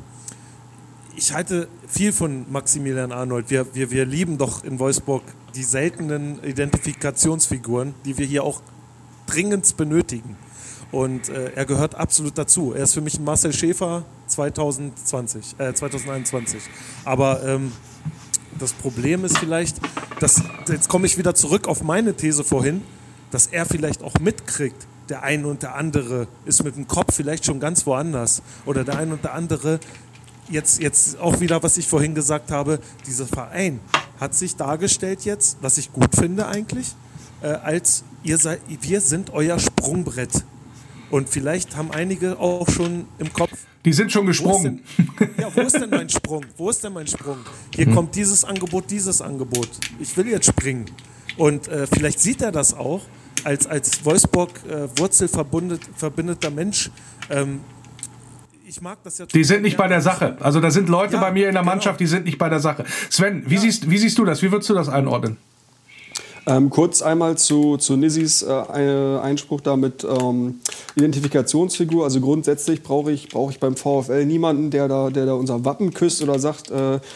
halte viel von Maximilian Arnold. Wir lieben doch in Wolfsburg die seltenen Identifikationsfiguren, die wir hier auch dringend benötigen. Und er gehört absolut dazu. Er ist für mich ein Marcel Schäfer 2021. Aber das Problem ist vielleicht, jetzt komme ich wieder zurück auf meine These vorhin, dass er vielleicht auch mitkriegt, der eine und der andere ist mit dem Kopf vielleicht schon ganz woanders. Oder der eine und der andere, jetzt auch wieder, was ich vorhin gesagt habe, dieser Verein hat sich dargestellt jetzt, was ich gut finde eigentlich, als wir sind euer Sprungbrett. Und vielleicht haben einige auch schon im Kopf. Die sind schon gesprungen. Wo ist denn mein Sprung? Hier kommt dieses Angebot. Ich will jetzt springen. Und vielleicht sieht er das auch als Wolfsburg wurzelverbindeter Mensch. Ich mag das ja. Die sind nicht bei der Sache. Also da sind Leute bei mir in der Mannschaft, die sind nicht bei der Sache. Sven, wie siehst du das? Wie würdest du das einordnen? Kurz einmal zu Nizzis Einspruch da mit Identifikationsfigur. Also grundsätzlich brauche ich beim VfL niemanden, der da unser Wappen küsst oder sagt,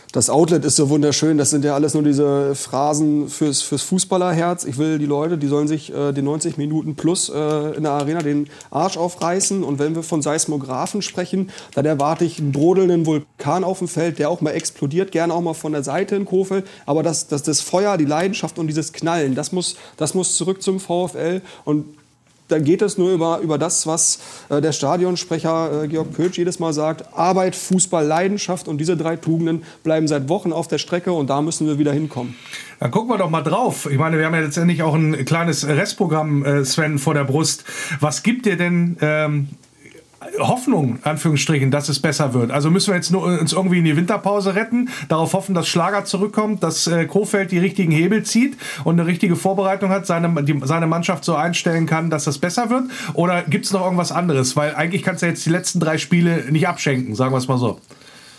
Das Outlet ist so wunderschön. Das sind ja alles nur diese Phrasen fürs Fußballerherz. Ich will die Leute, die sollen sich die 90 Minuten plus in der Arena den Arsch aufreißen. Und wenn wir von Seismographen sprechen, dann erwarte ich einen brodelnden Vulkan auf dem Feld, der auch mal explodiert, gerne auch mal von der Seite in Kohfeldt. Aber das Feuer, die Leidenschaft und dieses Knallen, das muss zurück zum VfL. Und dann geht es nur über das, was der Stadionsprecher Georg Pötsch jedes Mal sagt. Arbeit, Fußball, Leidenschaft, und diese 3 Tugenden bleiben seit Wochen auf der Strecke, und da müssen wir wieder hinkommen. Dann gucken wir doch mal drauf. Ich meine, wir haben ja letztendlich auch ein kleines Restprogramm, Sven, vor der Brust. Was gibt dir denn Hoffnung, Anführungsstrichen, dass es besser wird? Also müssen wir jetzt nur uns irgendwie in die Winterpause retten, darauf hoffen, dass Schlager zurückkommt, dass Kohfeldt die richtigen Hebel zieht und eine richtige Vorbereitung hat, seine Mannschaft so einstellen kann, dass das besser wird? Oder gibt es noch irgendwas anderes? Weil eigentlich kannst du jetzt die letzten 3 Spiele nicht abschenken, sagen wir es mal so.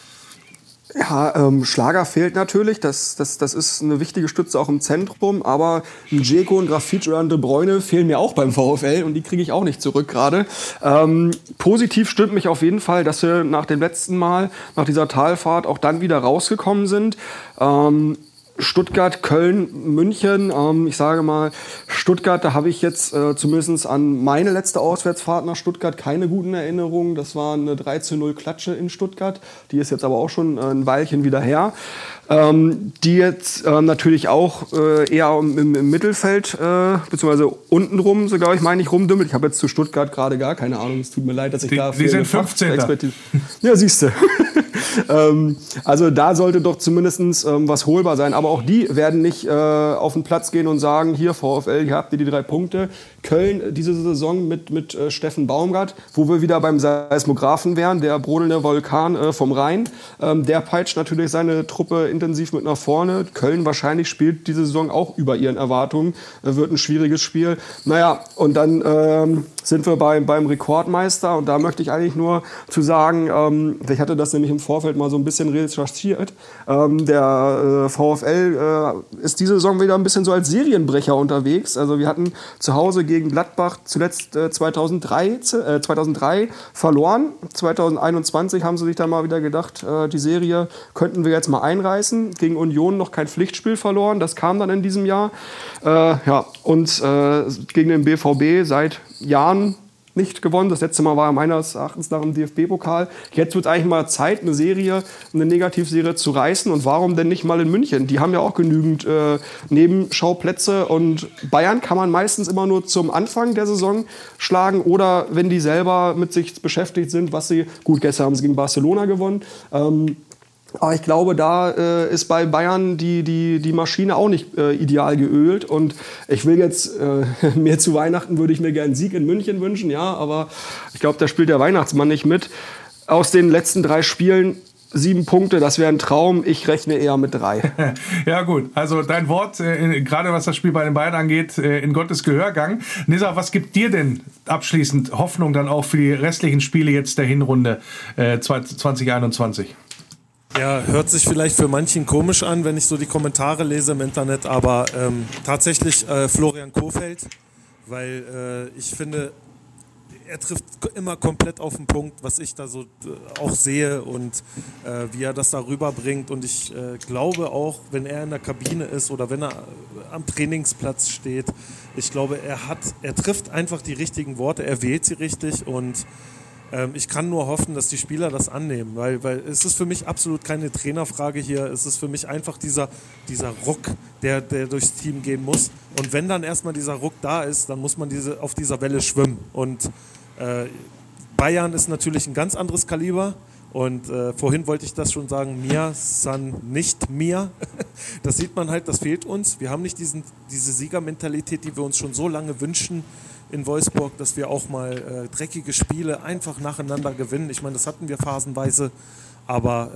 Ja, Schlager fehlt natürlich, das ist eine wichtige Stütze auch im Zentrum, aber ein Dzeko, ein Grafitsch oder ein De Bruyne fehlen mir auch beim VfL, und die kriege ich auch nicht zurück gerade. Positiv stimmt mich auf jeden Fall, dass wir nach dem letzten Mal, nach dieser Talfahrt, auch dann wieder rausgekommen sind. Stuttgart, Köln, München. Ich sage mal, Stuttgart, da habe ich jetzt zumindest an meine letzte Auswärtsfahrt nach Stuttgart keine guten Erinnerungen. Das war eine 3:0 Klatsche in Stuttgart. Die ist jetzt aber auch schon ein Weilchen wieder her. Die jetzt natürlich auch eher im Mittelfeld, beziehungsweise untenrum, so glaube ich, meine ich, rumdümmelt. Ich habe jetzt zu Stuttgart gerade gar keine Ahnung. Es tut mir leid, dass ich da... Die sind 15. Ja, siehst du. Also da sollte doch zumindest was holbar sein. Aber auch die werden nicht auf den Platz gehen und sagen, hier VfL, hier habt ihr die 3 Punkte. Köln diese Saison mit Steffen Baumgart, wo wir wieder beim Seismographen wären, der brodelnde Vulkan vom Rhein. Der peitscht natürlich seine Truppe intensiv mit nach vorne. Köln wahrscheinlich spielt diese Saison auch über ihren Erwartungen. Wird ein schwieriges Spiel. Naja, und dann sind wir beim Rekordmeister, und da möchte ich eigentlich nur zu sagen, ich hatte das nämlich im Vorfeld mal so ein bisschen recherchiert, der VfL ist diese Saison wieder ein bisschen so als Serienbrecher unterwegs. Also wir hatten zu Hause gegen Gladbach zuletzt 2003 verloren. 2021 haben sie sich dann mal wieder gedacht, die Serie könnten wir jetzt mal einreißen. Gegen Union noch kein Pflichtspiel verloren, das kam dann in diesem Jahr. Und gegen den BVB seit Jahren nicht gewonnen. Das letzte Mal war meines Erachtens nach dem DFB-Pokal. Jetzt wird es eigentlich mal Zeit, eine Negativserie zu reißen. Und warum denn nicht mal in München? Die haben ja auch genügend Nebenschauplätze. Und Bayern kann man meistens immer nur zum Anfang der Saison schlagen oder wenn die selber mit sich beschäftigt sind, gestern haben sie gegen Barcelona gewonnen. Aber ich glaube, da ist bei Bayern die Maschine auch nicht ideal geölt. Und ich will jetzt, mir zu Weihnachten würde ich mir gerne einen Sieg in München wünschen, ja, aber ich glaube, da spielt der Weihnachtsmann nicht mit. Aus den letzten 3 Spielen 7 Punkte, das wäre ein Traum. Ich rechne eher mit 3. Ja gut, also dein Wort, gerade was das Spiel bei den Bayern angeht, in Gottes Gehörgang. Nizar, was gibt dir denn abschließend Hoffnung dann auch für die restlichen Spiele jetzt der Hinrunde 2021? Ja, hört sich vielleicht für manchen komisch an, wenn ich so die Kommentare lese im Internet, aber tatsächlich Florian Kohfeldt, weil ich finde, er trifft immer komplett auf den Punkt, was ich da so auch sehe und wie er das da rüberbringt. Und ich glaube auch, wenn er in der Kabine ist oder wenn er am Trainingsplatz steht, ich glaube, er trifft einfach die richtigen Worte, er wählt sie richtig und ich kann nur hoffen, dass die Spieler das annehmen, weil es ist für mich absolut keine Trainerfrage hier, es ist für mich einfach dieser Ruck, der durchs Team gehen muss. Und wenn dann erstmal dieser Ruck da ist, dann muss man auf dieser Welle schwimmen. Und Bayern ist natürlich ein ganz anderes Kaliber. Und vorhin wollte ich das schon sagen, Mir san nicht mir. Das sieht man halt, das fehlt uns. Wir haben nicht diese Siegermentalität, die wir uns schon so lange wünschen in Wolfsburg, dass wir auch mal dreckige Spiele einfach nacheinander gewinnen. Ich meine, das hatten wir phasenweise. Aber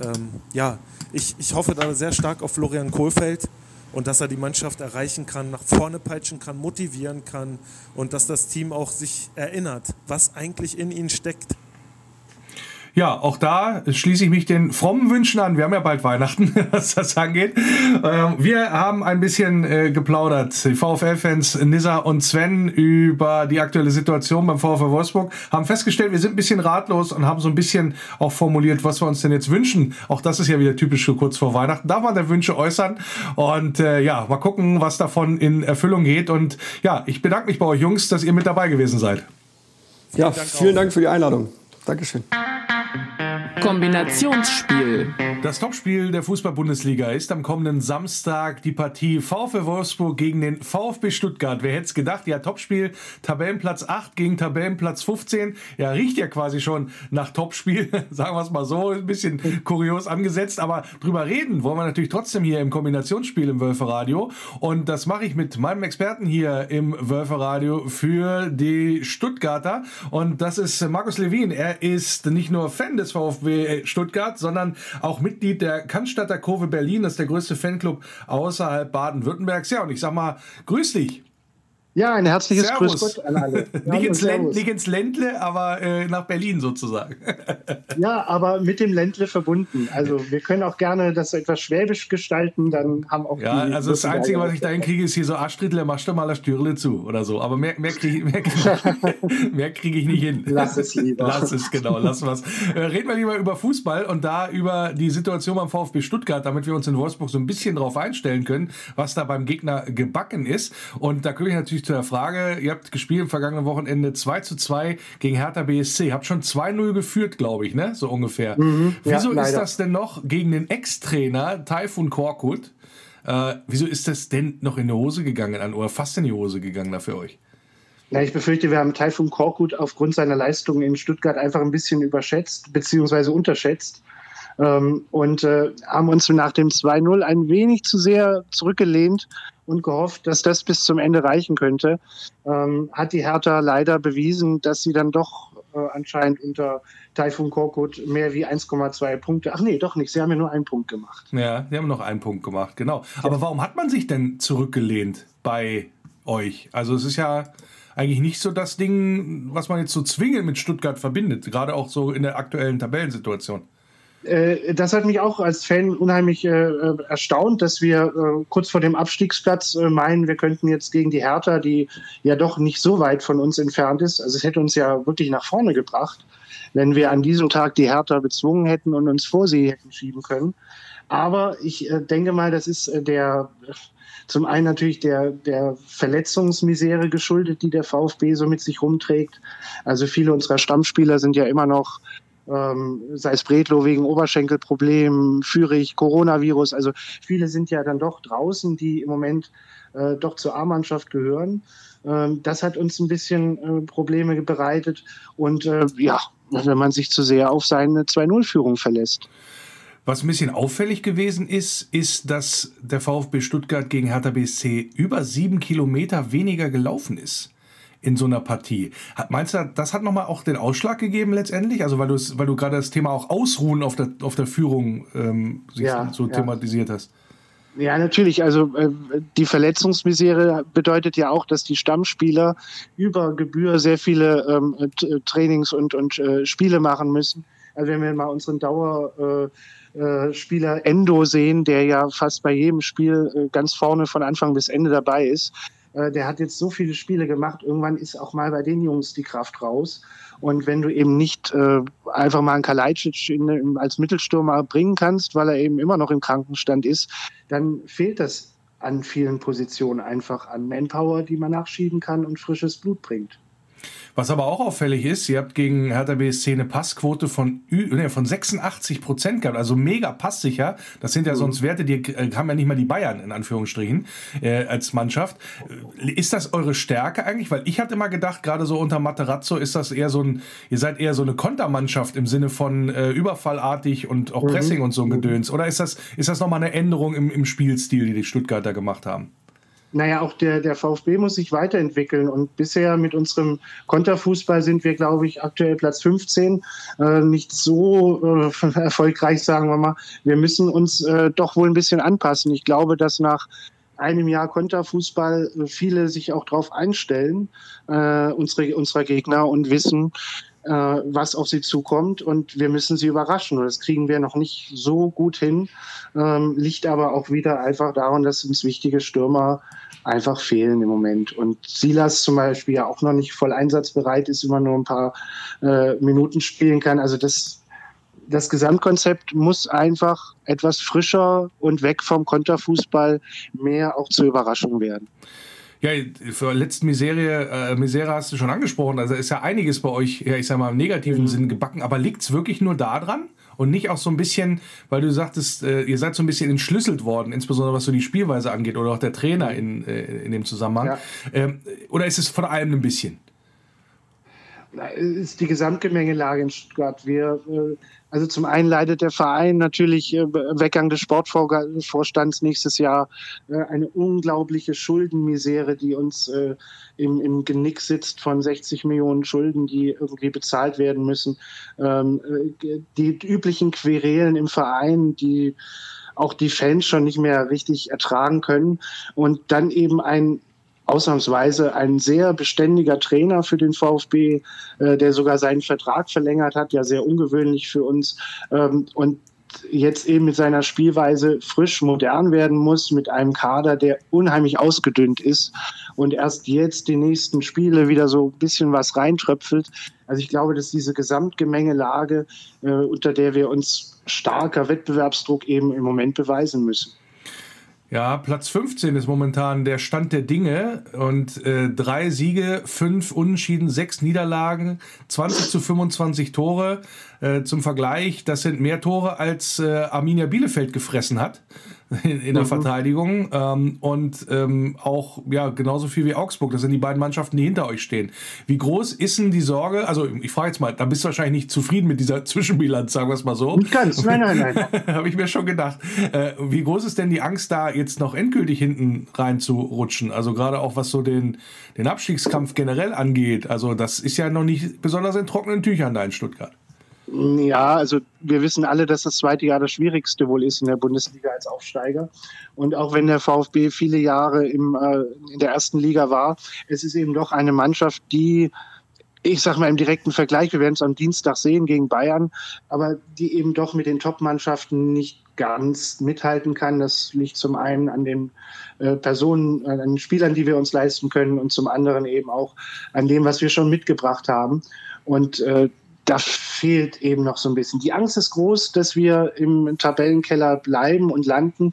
ich hoffe da sehr stark auf Florian Kohfeldt und dass er die Mannschaft erreichen kann, nach vorne peitschen kann, motivieren kann und dass das Team auch sich erinnert, was eigentlich in ihnen steckt. Ja, auch da schließe ich mich den frommen Wünschen an. Wir haben ja bald Weihnachten, was das angeht. Wir haben ein bisschen geplaudert, die VfL-Fans Nizza und Sven, über die aktuelle Situation beim VfL Wolfsburg. Haben festgestellt, wir sind ein bisschen ratlos und haben so ein bisschen auch formuliert, was wir uns denn jetzt wünschen. Auch das ist ja wieder typisch für kurz vor Weihnachten. Darf man da Wünsche äußern? Und ja, mal gucken, was davon in Erfüllung geht. Und ja, ich bedanke mich bei euch Jungs, dass ihr mit dabei gewesen seid. Ja, vielen Dank für die Einladung. Dankeschön. Kombinationsspiel. Das Topspiel der Fußball-Bundesliga ist am kommenden Samstag die Partie VfL Wolfsburg gegen den VfB Stuttgart. Wer hätte es gedacht? Ja, Topspiel, Tabellenplatz 8 gegen Tabellenplatz 15. Ja, riecht ja quasi schon nach Topspiel, sagen wir es mal so, ein bisschen kurios angesetzt, aber drüber reden wollen wir natürlich trotzdem hier im Kombinationsspiel im Wölferadio. Und das mache ich mit meinem Experten hier im Wölferadio für die Stuttgarter. Und das ist Markus Lewin. Er ist nicht nur Fan des VfB Stuttgart, sondern auch Mitglied der Cannstatter Kurve Berlin. Das ist der größte Fanclub außerhalb Baden-Württembergs. Ja, und ich sag mal, grüß dich. Ja, ein herzliches Servus. Grüß Gott an alle. Nicht ins Ländle, aber nach Berlin sozusagen. Ja, aber mit dem Ländle verbunden. Also wir können auch gerne das etwas schwäbisch gestalten, dann haben auch ja, also das Einzige, was ich da hinkriege, ist hier so Astrittler, machst du mal das Türle zu oder so. Aber mehr kriege ich nicht hin. Lass es lieber. Lass es, genau, lass was. Reden wir lieber über Fußball und da über die Situation beim VfB Stuttgart, damit wir uns in Wolfsburg so ein bisschen drauf einstellen können, was da beim Gegner gebacken ist. Und da komme ich natürlich zu der Frage, ihr habt gespielt am vergangenen Wochenende 2:2 gegen Hertha BSC. Habt schon 2-0 geführt, glaube ich, ne? So ungefähr. Wieso ist das denn noch gegen den Ex-Trainer Tayfun Korkut? Wieso ist das denn noch in die Hose gegangen oder fast in die Hose gegangen da für euch? Na, ich befürchte, wir haben Tayfun Korkut aufgrund seiner Leistungen in Stuttgart einfach ein bisschen überschätzt bzw. unterschätzt. Und haben uns nach dem 2-0 ein wenig zu sehr zurückgelehnt und gehofft, dass das bis zum Ende reichen könnte. Hat die Hertha leider bewiesen, dass sie dann doch anscheinend unter Tayfun Korkut mehr wie 1,2 Punkte. Ach nee, doch nicht. Sie haben ja nur einen Punkt gemacht. Ja, sie haben noch einen Punkt gemacht, genau. Aber warum hat man sich denn zurückgelehnt bei euch? Also es ist ja eigentlich nicht so das Ding, was man jetzt so zwingend mit Stuttgart verbindet, gerade auch so in der aktuellen Tabellensituation. Das hat mich auch als Fan unheimlich erstaunt, dass wir kurz vor dem Abstiegsplatz meinen, wir könnten jetzt gegen die Hertha, die ja doch nicht so weit von uns entfernt ist, also es hätte uns ja wirklich nach vorne gebracht, wenn wir an diesem Tag die Hertha bezwungen hätten und uns vor sie hätten schieben können. Aber ich denke mal, das ist zum einen natürlich der Verletzungsmisere geschuldet, die der VfB so mit sich rumträgt. Also viele unserer Stammspieler sind ja immer noch, sei es Bredlow wegen Oberschenkelproblemen, Führig, Coronavirus, also viele sind ja dann doch draußen, die im Moment doch zur A-Mannschaft gehören. Das hat uns ein bisschen Probleme bereitet und ja, wenn man sich zu sehr auf seine 2-0-Führung verlässt. Was ein bisschen auffällig gewesen ist, dass der VfB Stuttgart gegen Hertha BSC über 7 Kilometer weniger gelaufen ist in so einer Partie. Meinst du, das hat nochmal auch den Ausschlag gegeben letztendlich? Also weil du gerade das Thema auch Ausruhen auf der Führung thematisiert hast. Ja, natürlich. Also die Verletzungsmisere bedeutet ja auch, dass die Stammspieler über Gebühr sehr viele Trainings und Spiele machen müssen. Also wenn wir mal unseren Dauerspieler Endo sehen, der ja fast bei jedem Spiel ganz vorne von Anfang bis Ende dabei ist, der hat jetzt so viele Spiele gemacht, irgendwann ist auch mal bei den Jungs die Kraft raus. Und wenn du eben nicht einfach mal einen Kalajdzic als Mittelstürmer bringen kannst, weil er eben immer noch im Krankenstand ist, dann fehlt das an vielen Positionen einfach an Manpower, die man nachschieben kann und frisches Blut bringt. Was aber auch auffällig ist, ihr habt gegen Hertha BSC eine Passquote von 86% gehabt, also mega passsicher. Das sind ja sonst Werte, die haben ja nicht mal die Bayern in Anführungsstrichen als Mannschaft. Ist das eure Stärke eigentlich? Weil ich hatte immer gedacht, gerade so unter Materazzo ist das eher ihr seid eher so eine Kontermannschaft im Sinne von überfallartig und auch Pressing und so ein Gedöns. Oder ist das nochmal eine Änderung im Spielstil, die Stuttgarter gemacht haben? Naja, auch der VfB muss sich weiterentwickeln und bisher mit unserem Konterfußball sind wir, glaube ich, aktuell Platz 15. Nicht so erfolgreich, sagen wir mal. Wir müssen uns doch wohl ein bisschen anpassen. Ich glaube, dass nach einem Jahr Konterfußball viele sich auch darauf einstellen, unserer Gegner, und wissen, was auf sie zukommt und wir müssen sie überraschen. Und das kriegen wir noch nicht so gut hin, liegt aber auch wieder einfach daran, dass uns wichtige Stürmer einfach fehlen im Moment. Und Silas zum Beispiel ja auch noch nicht voll einsatzbereit ist, immer nur ein paar Minuten spielen kann. Also das Gesamtkonzept muss einfach etwas frischer und weg vom Konterfußball mehr auch zur Überraschung werden. Ja, für letzten Misere hast du schon angesprochen, also ist ja einiges bei euch, ja, ich sag mal im negativen Sinn gebacken, aber liegt es wirklich nur daran und nicht auch so ein bisschen, weil du sagtest, ihr seid so ein bisschen entschlüsselt worden, insbesondere was so die Spielweise angeht oder auch der Trainer in dem Zusammenhang, oder ist es von allem ein bisschen? Ist die Gesamtgemengelage in Stuttgart. Also zum einen leidet der Verein natürlich Weggang des Sportvorstands nächstes Jahr, eine unglaubliche Schuldenmisere, die uns im Genick sitzt von 60 Millionen Schulden, die irgendwie bezahlt werden müssen. Die üblichen Querelen im Verein, die auch die Fans schon nicht mehr richtig ertragen können. Und dann eben ausnahmsweise ein sehr beständiger Trainer für den VfB, der sogar seinen Vertrag verlängert hat, ja sehr ungewöhnlich für uns, und jetzt eben mit seiner Spielweise frisch modern werden muss, mit einem Kader, der unheimlich ausgedünnt ist und erst jetzt die nächsten Spiele wieder so ein bisschen was reintröpfelt. Also ich glaube, dass diese Gesamtgemengelage, unter der wir uns starker Wettbewerbsdruck eben im Moment beweisen müssen. Ja, Platz 15 ist momentan der Stand der Dinge und 3 Siege, 5 Unentschieden, 6 Niederlagen, 20-25 Tore. Zum Vergleich, das sind mehr Tore, als Arminia Bielefeld gefressen hat in der Verteidigung und auch ja genauso viel wie Augsburg. Das sind die beiden Mannschaften, die hinter euch stehen. Wie groß ist denn die Sorge, also ich frage jetzt mal, da bist du wahrscheinlich nicht zufrieden mit dieser Zwischenbilanz, sagen wir es mal so. Nicht ganz, nein. Habe ich mir schon gedacht. Wie groß ist denn die Angst, da jetzt noch endgültig hinten reinzurutschen? Also gerade auch was so den Abstiegskampf generell angeht. Also das ist ja noch nicht besonders in trockenen Tüchern da in Stuttgart. Ja, also wir wissen alle, dass das zweite Jahr das schwierigste wohl ist in der Bundesliga als Aufsteiger. Und auch wenn der VfB viele Jahre in der ersten Liga war, es ist eben doch eine Mannschaft, die, ich sag mal im direkten Vergleich, wir werden es am Dienstag sehen gegen Bayern, aber die eben doch mit den Top-Mannschaften nicht ganz mithalten kann. Das liegt zum einen an den Personen, an den Spielern, die wir uns leisten können, und zum anderen eben auch an dem, was wir schon mitgebracht haben. Und da fehlt eben noch so ein bisschen. Die Angst ist groß, dass wir im Tabellenkeller bleiben und landen.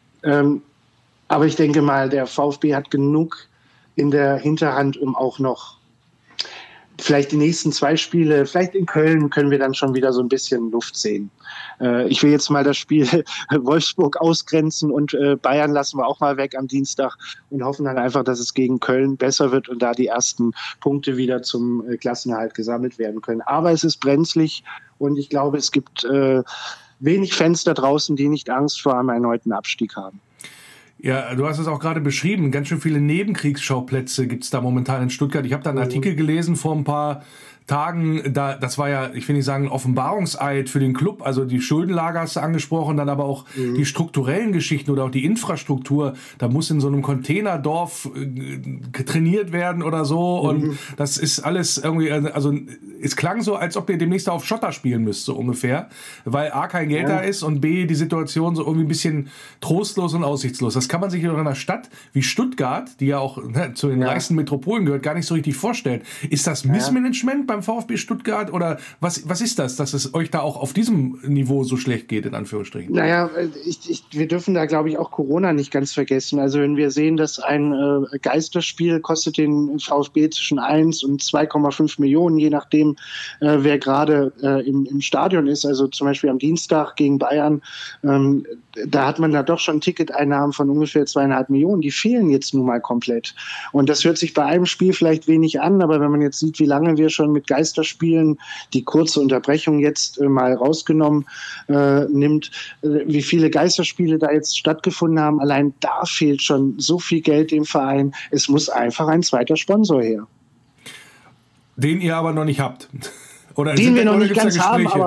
Aber ich denke mal, der VfB hat genug in der Hinterhand, um auch noch vielleicht die nächsten 2 Spiele, vielleicht in Köln können wir dann schon wieder so ein bisschen Luft sehen. Ich will jetzt mal das Spiel Wolfsburg ausgrenzen und Bayern lassen wir auch mal weg am Dienstag und hoffen dann einfach, dass es gegen Köln besser wird und da die ersten Punkte wieder zum Klassenerhalt gesammelt werden können. Aber es ist brenzlig und ich glaube, es gibt wenig Fans da draußen, die nicht Angst vor einem erneuten Abstieg haben. Ja, du hast es auch gerade beschrieben. Ganz schön viele Nebenkriegsschauplätze gibt es da momentan in Stuttgart. Ich habe da einen Artikel gelesen vor ein paar Tagen, das war ja, ich will nicht sagen, ein Offenbarungseid für den Club, also die Schuldenlage hast du angesprochen, dann aber auch die strukturellen Geschichten oder auch die Infrastruktur, da muss in so einem Containerdorf trainiert werden oder so und das ist alles irgendwie, also es klang so, als ob ihr demnächst auf Schotter spielen müsst, so ungefähr, weil A, kein Geld da ist und B, die Situation so irgendwie ein bisschen trostlos und aussichtslos. Das kann man sich in einer Stadt wie Stuttgart, die ja auch zu den reichsten Metropolen gehört, gar nicht so richtig vorstellen. Ist das Missmanagement beim VfB Stuttgart oder was ist das, dass es euch da auch auf diesem Niveau so schlecht geht, in Anführungsstrichen? Naja, wir dürfen da, glaube ich, auch Corona nicht ganz vergessen. Also wenn wir sehen, dass ein Geisterspiel kostet den VfB zwischen 1 und 2,5 Millionen, je nachdem, wer gerade im Stadion ist. Also zum Beispiel am Dienstag gegen Bayern, da hat man da doch schon Ticketeinnahmen von ungefähr 2,5 Millionen. Die fehlen jetzt nun mal komplett. Und das hört sich bei einem Spiel vielleicht wenig an, aber wenn man jetzt sieht, wie lange wir schon mit Geisterspielen, die kurze Unterbrechung jetzt mal rausgenommen nimmt, wie viele Geisterspiele da jetzt stattgefunden haben, allein da fehlt schon so viel Geld dem Verein. Es muss einfach ein zweiter Sponsor her. Den ihr aber noch nicht habt. Oder den wir noch nicht ganz haben, aber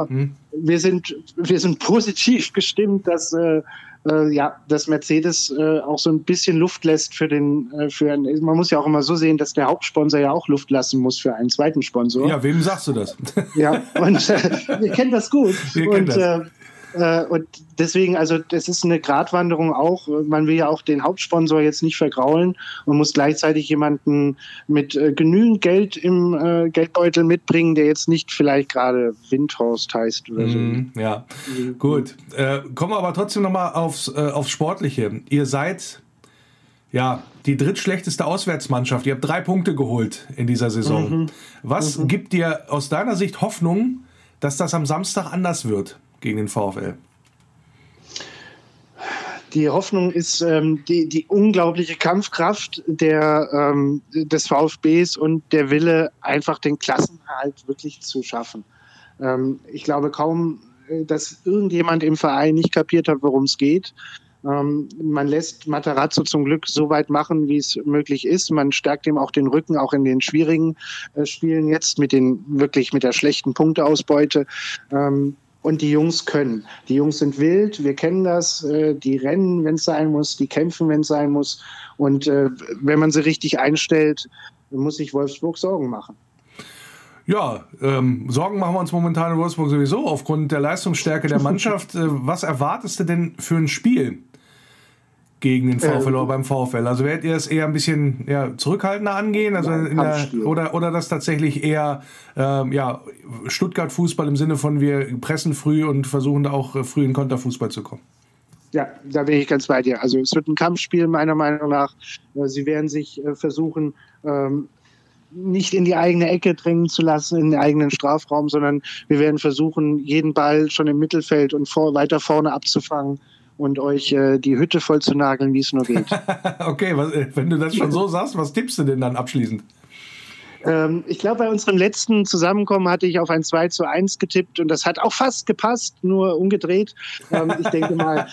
wir sind positiv gestimmt, dass Mercedes auch so ein bisschen Luft lässt man muss ja auch immer so sehen, dass der Hauptsponsor ja auch Luft lassen muss für einen zweiten Sponsor. Ja, wem sagst du das? Ja, und wir kennen das gut. Und deswegen, also das ist eine Gratwanderung auch. Man will ja auch den Hauptsponsor jetzt nicht vergraulen und muss gleichzeitig jemanden mit genügend Geld im Geldbeutel mitbringen, der jetzt nicht vielleicht gerade Windhorst heißt oder so. Ja, gut. Kommen wir aber trotzdem nochmal aufs Sportliche. Ihr seid die drittschlechteste Auswärtsmannschaft. Ihr habt 3 Punkte geholt in dieser Saison. Was gibt dir aus deiner Sicht Hoffnung, dass das am Samstag anders wird gegen den VfL? Die Hoffnung ist die unglaubliche Kampfkraft des VfBs und der Wille, einfach den Klassenerhalt wirklich zu schaffen. Ich glaube kaum, dass irgendjemand im Verein nicht kapiert hat, worum es geht. Man lässt Matarazzo zum Glück so weit machen, wie es möglich ist. Man stärkt ihm auch den Rücken, auch in den schwierigen Spielen jetzt mit der schlechten Punkteausbeute. Und die Jungs können. Die Jungs sind wild, wir kennen das. Die rennen, wenn es sein muss, die kämpfen, wenn es sein muss. Und wenn man sie richtig einstellt, muss sich Wolfsburg Sorgen machen. Ja, Sorgen machen wir uns momentan in Wolfsburg sowieso aufgrund der Leistungsstärke der Mannschaft. Was erwartest du denn für ein Spiel gegen den VfL oder beim VfL? Also werdet ihr es eher ein bisschen zurückhaltender angehen? Also oder das tatsächlich eher Stuttgart-Fußball im Sinne von wir pressen früh und versuchen da auch früh in Konterfußball zu kommen? Ja, da bin ich ganz bei dir. Also es wird ein Kampfspiel meiner Meinung nach. Sie werden sich versuchen, nicht in die eigene Ecke drängen zu lassen, in den eigenen Strafraum, sondern wir werden versuchen, jeden Ball schon im Mittelfeld und weiter vorne abzufangen und euch die Hütte voll zu nageln, wie es nur geht. Okay, wenn du das schon so sagst, was tippst du denn dann abschließend? Ich glaube, bei unserem letzten Zusammenkommen hatte ich auf ein 2:1 getippt und das hat auch fast gepasst, nur umgedreht. Ich denke mal,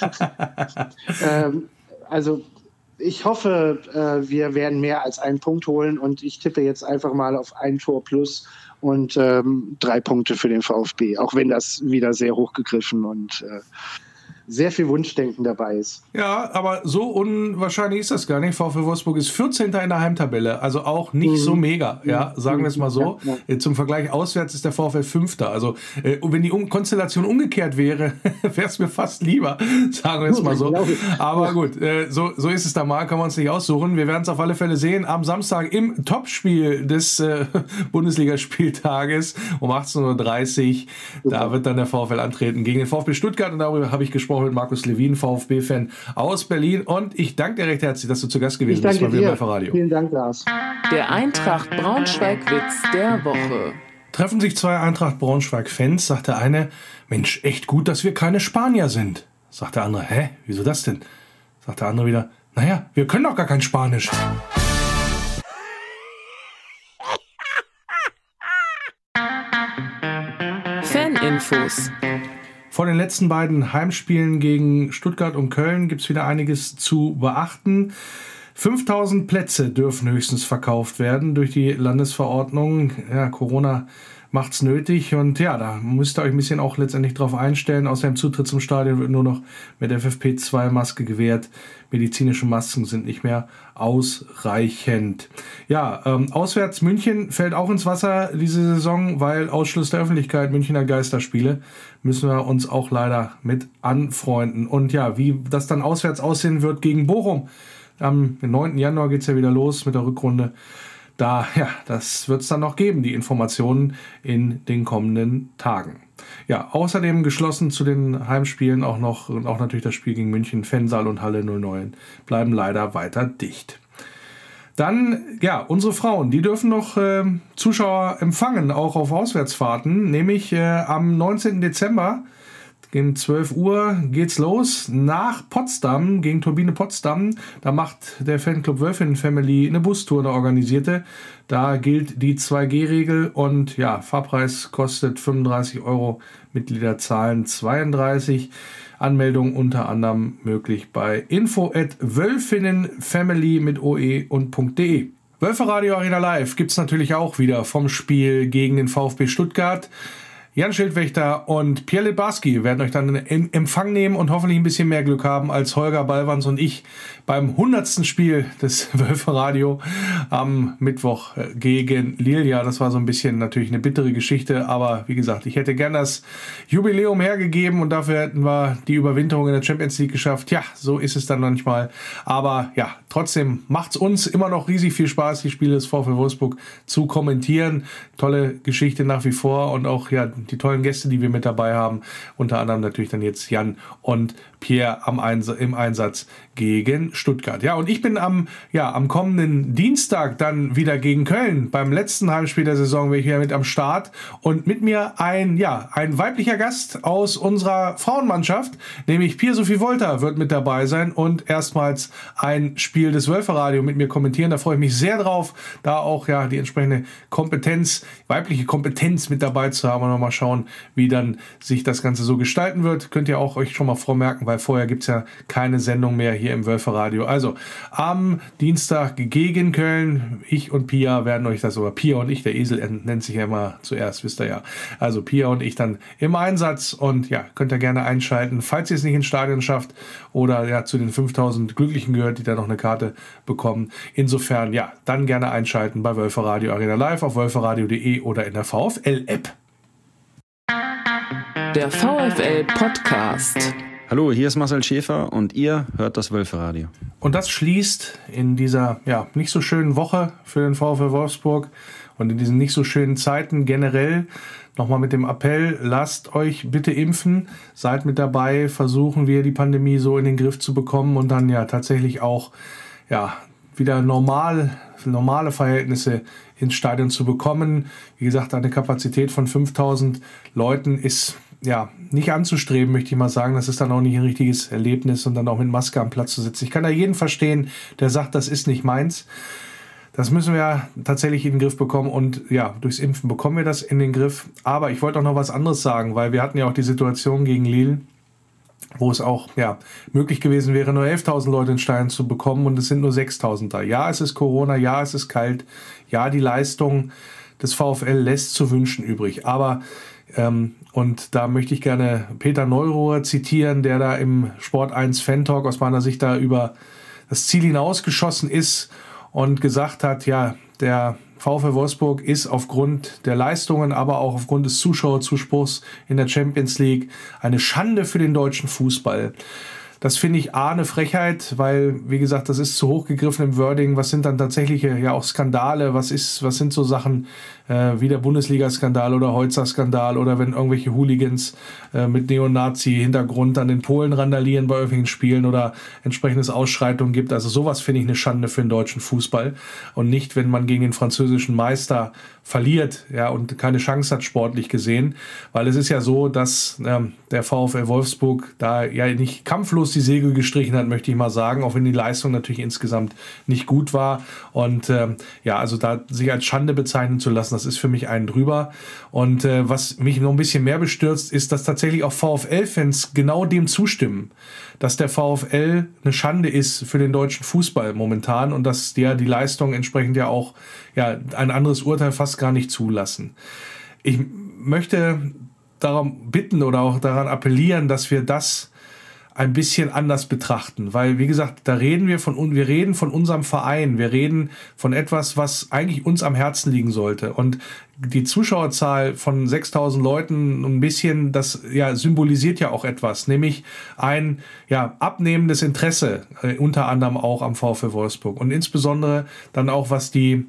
ich hoffe, wir werden mehr als einen Punkt holen und ich tippe jetzt einfach mal auf ein Tor plus und 3 Punkte für den VfB, auch wenn das wieder sehr hochgegriffen und sehr viel Wunschdenken dabei ist. Ja, aber so unwahrscheinlich ist das gar nicht. VfL Wolfsburg ist 14. in der Heimtabelle, also auch nicht so mega, sagen wir es mal so. Ja. Zum Vergleich auswärts ist der VfL 5. Also wenn die Konstellation umgekehrt wäre, wäre es mir fast lieber, sagen wir es mal so. Aber gut, so ist es da mal, kann man uns nicht aussuchen. Wir werden es auf alle Fälle sehen am Samstag im Topspiel des Bundesligaspieltages um 18:30 Uhr. Da wird dann der VfL antreten gegen den VfB Stuttgart und darüber habe ich gesprochen mit Markus Lewin, VfB-Fan aus Berlin. Und ich danke dir recht herzlich, dass du zu Gast gewesen bist bei Wilhelm Radio. Vielen Dank, Lars. Der Eintracht Braunschweig-Witz der Woche. Treffen sich 2 Eintracht Braunschweig-Fans, sagt der eine, Mensch, echt gut, dass wir keine Spanier sind. Sagt der andere, hä, wieso das denn? Sagt der andere wieder, naja, wir können doch gar kein Spanisch. Faninfos. Vor den letzten beiden Heimspielen gegen Stuttgart und Köln gibt es wieder einiges zu beachten. 5000 Plätze dürfen höchstens verkauft werden durch die Landesverordnung. Ja, Corona macht's nötig und ja, da müsst ihr euch ein bisschen auch letztendlich drauf einstellen. Außerdem Zutritt zum Stadion wird nur noch mit FFP2-Maske gewährt. Medizinische Masken sind nicht mehr ausreichend. Ja, auswärts München fällt auch ins Wasser diese Saison, weil Ausschluss der Öffentlichkeit, Münchner Geisterspiele, müssen wir uns auch leider mit anfreunden. Und ja, wie das dann auswärts aussehen wird gegen Bochum. Am 9. Januar geht's ja wieder los mit der Rückrunde. Das wird es dann noch geben, die Informationen in den kommenden Tagen. Ja, außerdem geschlossen zu den Heimspielen auch natürlich das Spiel gegen München, Fansaal und Halle 09 bleiben leider weiter dicht. Dann, ja, unsere Frauen, die dürfen noch Zuschauer empfangen, auch auf Auswärtsfahrten, nämlich am 19. Dezember. Gegen 12 Uhr geht's los nach Potsdam, gegen Turbine Potsdam. Da macht der Fanclub Wölfin Family eine Bustour, eine organisierte. Da gilt die 2G-Regel und ja, Fahrpreis kostet 35 €, Mitglieder zahlen 32. Anmeldung unter anderem möglich bei info@wölfinenfamily mit OE und .de. Wölfe Radio Arena Live gibt's natürlich auch wieder vom Spiel gegen den VfB Stuttgart. Jan Schildwächter und Pierre Littbarski werden euch dann in Empfang nehmen und hoffentlich ein bisschen mehr Glück haben als Holger Ballwanz und ich beim 100. Spiel des Wölferadio am Mittwoch gegen Lille. Ja, das war so ein bisschen natürlich eine bittere Geschichte, aber wie gesagt, ich hätte gern das Jubiläum hergegeben und dafür hätten wir die Überwinterung in der Champions League geschafft. Ja, so ist es dann manchmal, aber ja, trotzdem macht es uns immer noch riesig viel Spaß, die Spiele des VfL Wolfsburg zu kommentieren. Tolle Geschichte nach wie vor und auch ja die tollen Gäste, die wir mit dabei haben. Unter anderem natürlich dann jetzt Jan und Pierre im Einsatz gegen Stuttgart. Ja, und ich bin am kommenden Dienstag dann wieder gegen Köln. Beim letzten Heimspiel der Saison bin ich wieder mit am Start und mit mir ein weiblicher Gast aus unserer Frauenmannschaft, nämlich Pia-Sophie Wolter wird mit dabei sein und erstmals ein Spiel des Wölferadio mit mir kommentieren. Da freue ich mich sehr drauf, da auch ja die entsprechende weibliche Kompetenz mit dabei zu haben und nochmal schauen, wie dann sich das Ganze so gestalten wird. Könnt ihr auch euch schon mal vormerken, weil vorher gibt es ja keine Sendung mehr hier im Wölferadio. Also am Dienstag gegen Köln, ich und Pia werden euch das, oder Pia und ich, der Esel nennt sich ja immer zuerst, wisst ihr ja. Also Pia und ich dann im Einsatz und ja, könnt ihr gerne einschalten, falls ihr es nicht ins Stadion schafft oder ja zu den 5000 Glücklichen gehört, die da noch eine Karte bekommen. Insofern, ja, dann gerne einschalten bei Wölferadio Arena Live auf wölferadio.de oder in der VfL-App. Der VfL-Podcast. Hallo, hier ist Marcel Schäfer und ihr hört das Wölferadio. Und das schließt in dieser nicht so schönen Woche für den VfL Wolfsburg und in diesen nicht so schönen Zeiten generell nochmal mit dem Appell, lasst euch bitte impfen, seid mit dabei, versuchen wir die Pandemie so in den Griff zu bekommen und dann ja tatsächlich auch wieder normale Verhältnisse ins Stadion zu bekommen. Wie gesagt, eine Kapazität von 5000 Leuten ist nicht anzustreben, möchte ich mal sagen. Das ist dann auch nicht ein richtiges Erlebnis und dann auch mit Maske am Platz zu sitzen. Ich kann da jeden verstehen, der sagt, das ist nicht meins. Das müssen wir ja tatsächlich in den Griff bekommen und ja, durchs Impfen bekommen wir das in den Griff. Aber ich wollte auch noch was anderes sagen, weil wir hatten ja auch die Situation gegen Lille, wo es auch möglich gewesen wäre, nur 11.000 Leute in Stadion zu bekommen und es sind nur 6.000 da. Ja, es ist Corona, ja, es ist kalt, ja, die Leistung des VfL lässt zu wünschen übrig, aber und da möchte ich gerne Peter Neururer zitieren, der da im Sport 1 Fan Talk aus meiner Sicht da über das Ziel hinausgeschossen ist und gesagt hat, ja, der VfL Wolfsburg ist aufgrund der Leistungen, aber auch aufgrund des Zuschauerzuspruchs in der Champions League eine Schande für den deutschen Fußball. Das finde ich eine Frechheit, weil, wie gesagt, das ist zu hoch gegriffen im Wording. Was sind dann tatsächliche auch Skandale? Was sind so Sachen wie der Bundesliga-Skandal oder Holzer-Skandal oder wenn irgendwelche Hooligans mit Neonazi-Hintergrund dann in Polen randalieren bei öffentlichen Spielen oder entsprechendes Ausschreitungen gibt. Also sowas finde ich eine Schande für den deutschen Fußball und nicht, wenn man gegen den französischen Meister verliert und keine Chance hat sportlich gesehen, weil es ist ja so, dass der VfL Wolfsburg da nicht kampflos die Segel gestrichen hat, möchte ich mal sagen, auch wenn die Leistung natürlich insgesamt nicht gut war und also da sich als Schande bezeichnen zu lassen, das ist für mich einen drüber und was mich noch ein bisschen mehr bestürzt, ist, dass tatsächlich auch VfL-Fans genau dem zustimmen, dass der VfL eine Schande ist für den deutschen Fußball momentan und dass die Leistung entsprechend auch ein anderes Urteil fast gar nicht zulassen. Ich möchte darum bitten oder auch daran appellieren, dass wir das ein bisschen anders betrachten, weil, wie gesagt, wir reden von unserem Verein, wir reden von etwas, was eigentlich uns am Herzen liegen sollte und die Zuschauerzahl von 6.000 Leuten ein bisschen, das symbolisiert ja auch etwas, nämlich ein abnehmendes Interesse, unter anderem auch am VfL Wolfsburg und insbesondere dann auch, was die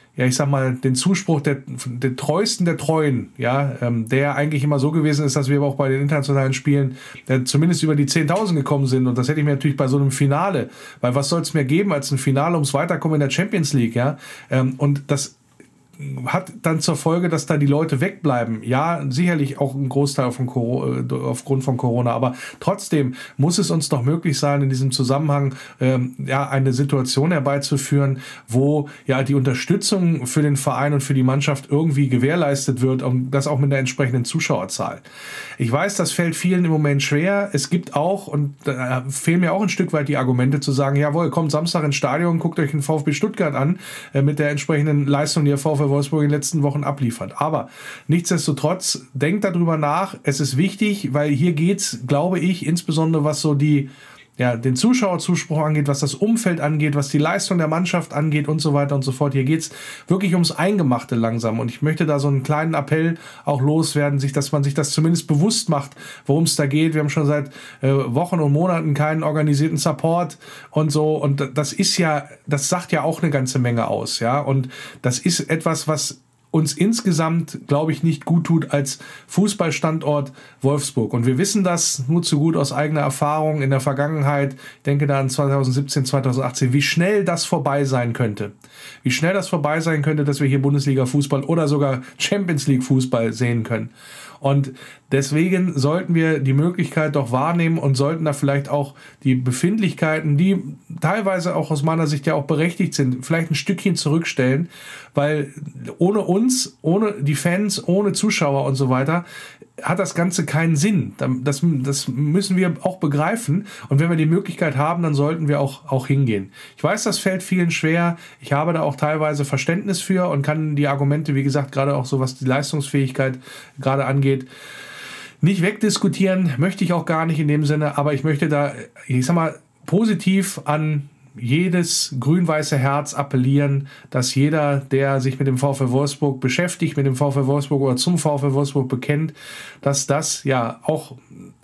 den Zuspruch der Treuesten der Treuen, der eigentlich immer so gewesen ist, dass wir aber auch bei den internationalen Spielen zumindest über die 10.000 gekommen sind und das hätte ich mir natürlich bei so einem Finale, weil was soll es mehr geben als ein Finale ums Weiterkommen in der Champions League, und das hat dann zur Folge, dass da die Leute wegbleiben. Ja, sicherlich auch ein Großteil aufgrund von Corona, aber trotzdem muss es uns doch möglich sein, in diesem Zusammenhang eine Situation herbeizuführen, wo die Unterstützung für den Verein und für die Mannschaft irgendwie gewährleistet wird und das auch mit der entsprechenden Zuschauerzahl. Ich weiß, das fällt vielen im Moment schwer. Es gibt auch, und da fehlen mir auch ein Stück weit die Argumente zu sagen, jawohl, kommt Samstag ins Stadion, guckt euch den VfB Stuttgart an, mit der entsprechenden Leistung, die der VfB Wolfsburg in den letzten Wochen abliefert. Aber nichtsdestotrotz, denkt darüber nach. Es ist wichtig, weil hier geht's, glaube ich, insbesondere was so den Zuschauerzuspruch angeht, was das Umfeld angeht, was die Leistung der Mannschaft angeht und so weiter und so fort. Hier geht's wirklich ums Eingemachte langsam. Und ich möchte da so einen kleinen Appell auch loswerden, dass man sich das zumindest bewusst macht, worum es da geht. Wir haben schon seit Wochen und Monaten keinen organisierten Support und so. Und das sagt ja auch eine ganze Menge aus. Ja, und das ist etwas, was uns insgesamt, glaube ich, nicht gut tut als Fußballstandort Wolfsburg. Und wir wissen das nur zu gut aus eigener Erfahrung in der Vergangenheit. Ich denke da an 2017, 2018, wie schnell das vorbei sein könnte. Wie schnell das vorbei sein könnte, dass wir hier Bundesliga-Fußball oder sogar Champions-League-Fußball sehen können. Und deswegen sollten wir die Möglichkeit doch wahrnehmen und sollten da vielleicht auch die Befindlichkeiten, die teilweise auch aus meiner Sicht ja auch berechtigt sind, vielleicht ein Stückchen zurückstellen, weil ohne uns, ohne die Fans, ohne Zuschauer und so weiter, hat das Ganze keinen Sinn. Das müssen wir auch begreifen. Und wenn wir die Möglichkeit haben, dann sollten wir auch hingehen. Ich weiß, das fällt vielen schwer. Ich habe da auch teilweise Verständnis für und kann die Argumente, wie gesagt, gerade auch so, was die Leistungsfähigkeit gerade angeht, nicht wegdiskutieren. Möchte ich auch gar nicht in dem Sinne. Aber ich möchte da, ich sag mal, positiv an jedes grün-weiße Herz appellieren, dass jeder, der sich mit dem VfL Wolfsburg beschäftigt, mit dem VfL Wolfsburg oder zum VfL Wolfsburg bekennt, dass das ja auch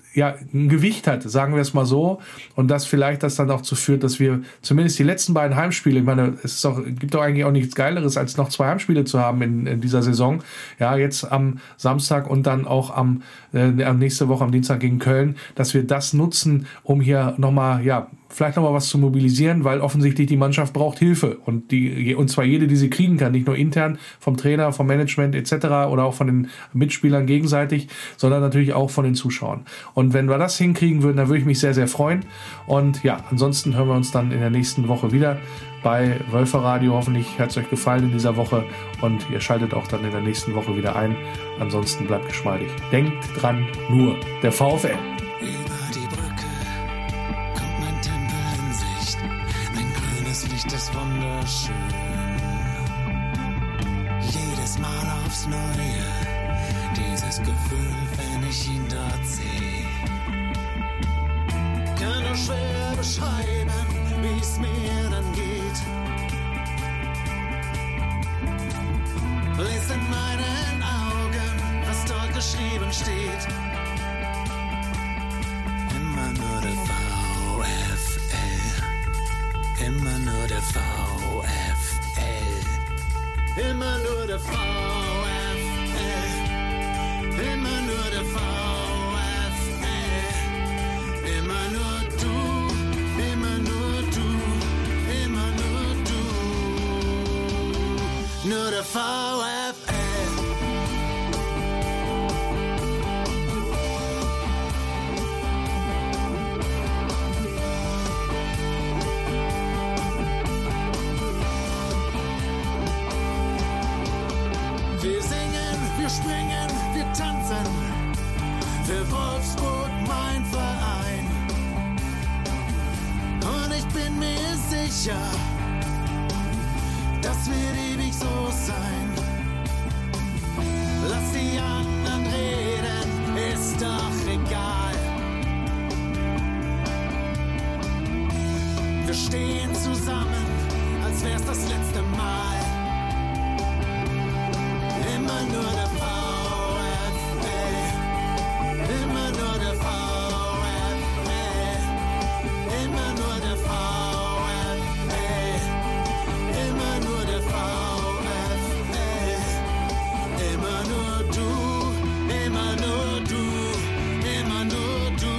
ein Gewicht hat, sagen wir es mal so, und dass vielleicht das dann auch dazu führt, dass wir zumindest die letzten beiden Heimspiele, ich meine, gibt doch eigentlich auch nichts Geileres, als noch 2 Heimspiele zu haben in dieser Saison, ja, jetzt am Samstag und dann auch nächste Woche am Dienstag gegen Köln, dass wir das nutzen, um hier vielleicht nochmal was zu mobilisieren, weil offensichtlich die Mannschaft braucht Hilfe und zwar jede, die sie kriegen kann, nicht nur intern vom Trainer, vom Management etc. oder auch von den Mitspielern gegenseitig, sondern natürlich auch von den Zuschauern. Und wenn wir das hinkriegen würden, dann würde ich mich sehr, sehr freuen. Und ja, ansonsten hören wir uns dann in der nächsten Woche wieder bei Wölferadio. Hoffentlich hat es euch gefallen in dieser Woche und ihr schaltet auch dann in der nächsten Woche wieder ein. Ansonsten bleibt geschmeidig. Denkt dran, nur der VfL. Ist wunderschön. Jedes Mal aufs Neue, dieses Gefühl, wenn ich ihn dort sehe. Kann nur schwer beschreiben, wie es mir dann geht. Lies in meinen Augen, was dort geschrieben steht. Immer nur der VfL. Immer nur der VfL. Immer nur der VfL. Immer nur der VfL. Immer nur du. Immer nur du. Immer nur du. Nur der VfL. Wir singen, wir springen, wir tanzen, für Wolfsburg mein Verein. Und ich bin mir sicher, das wird ewig so sein. Lass die anderen reden, ist doch egal. Wir stehen zusammen, als wär's das letzte Mal. Immer nur der VfL, immer nur der VfL, immer nur der VfL, immer nur der VfL, immer nur du, immer nur du, immer nur du,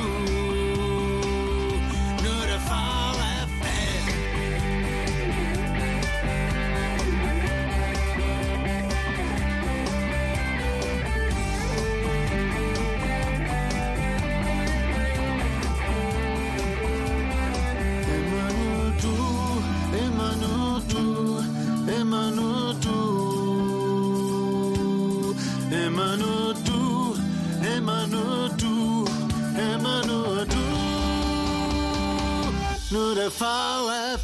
nur der VfL. Immer nur du, immer nur du, immer nur du, nur der VfL.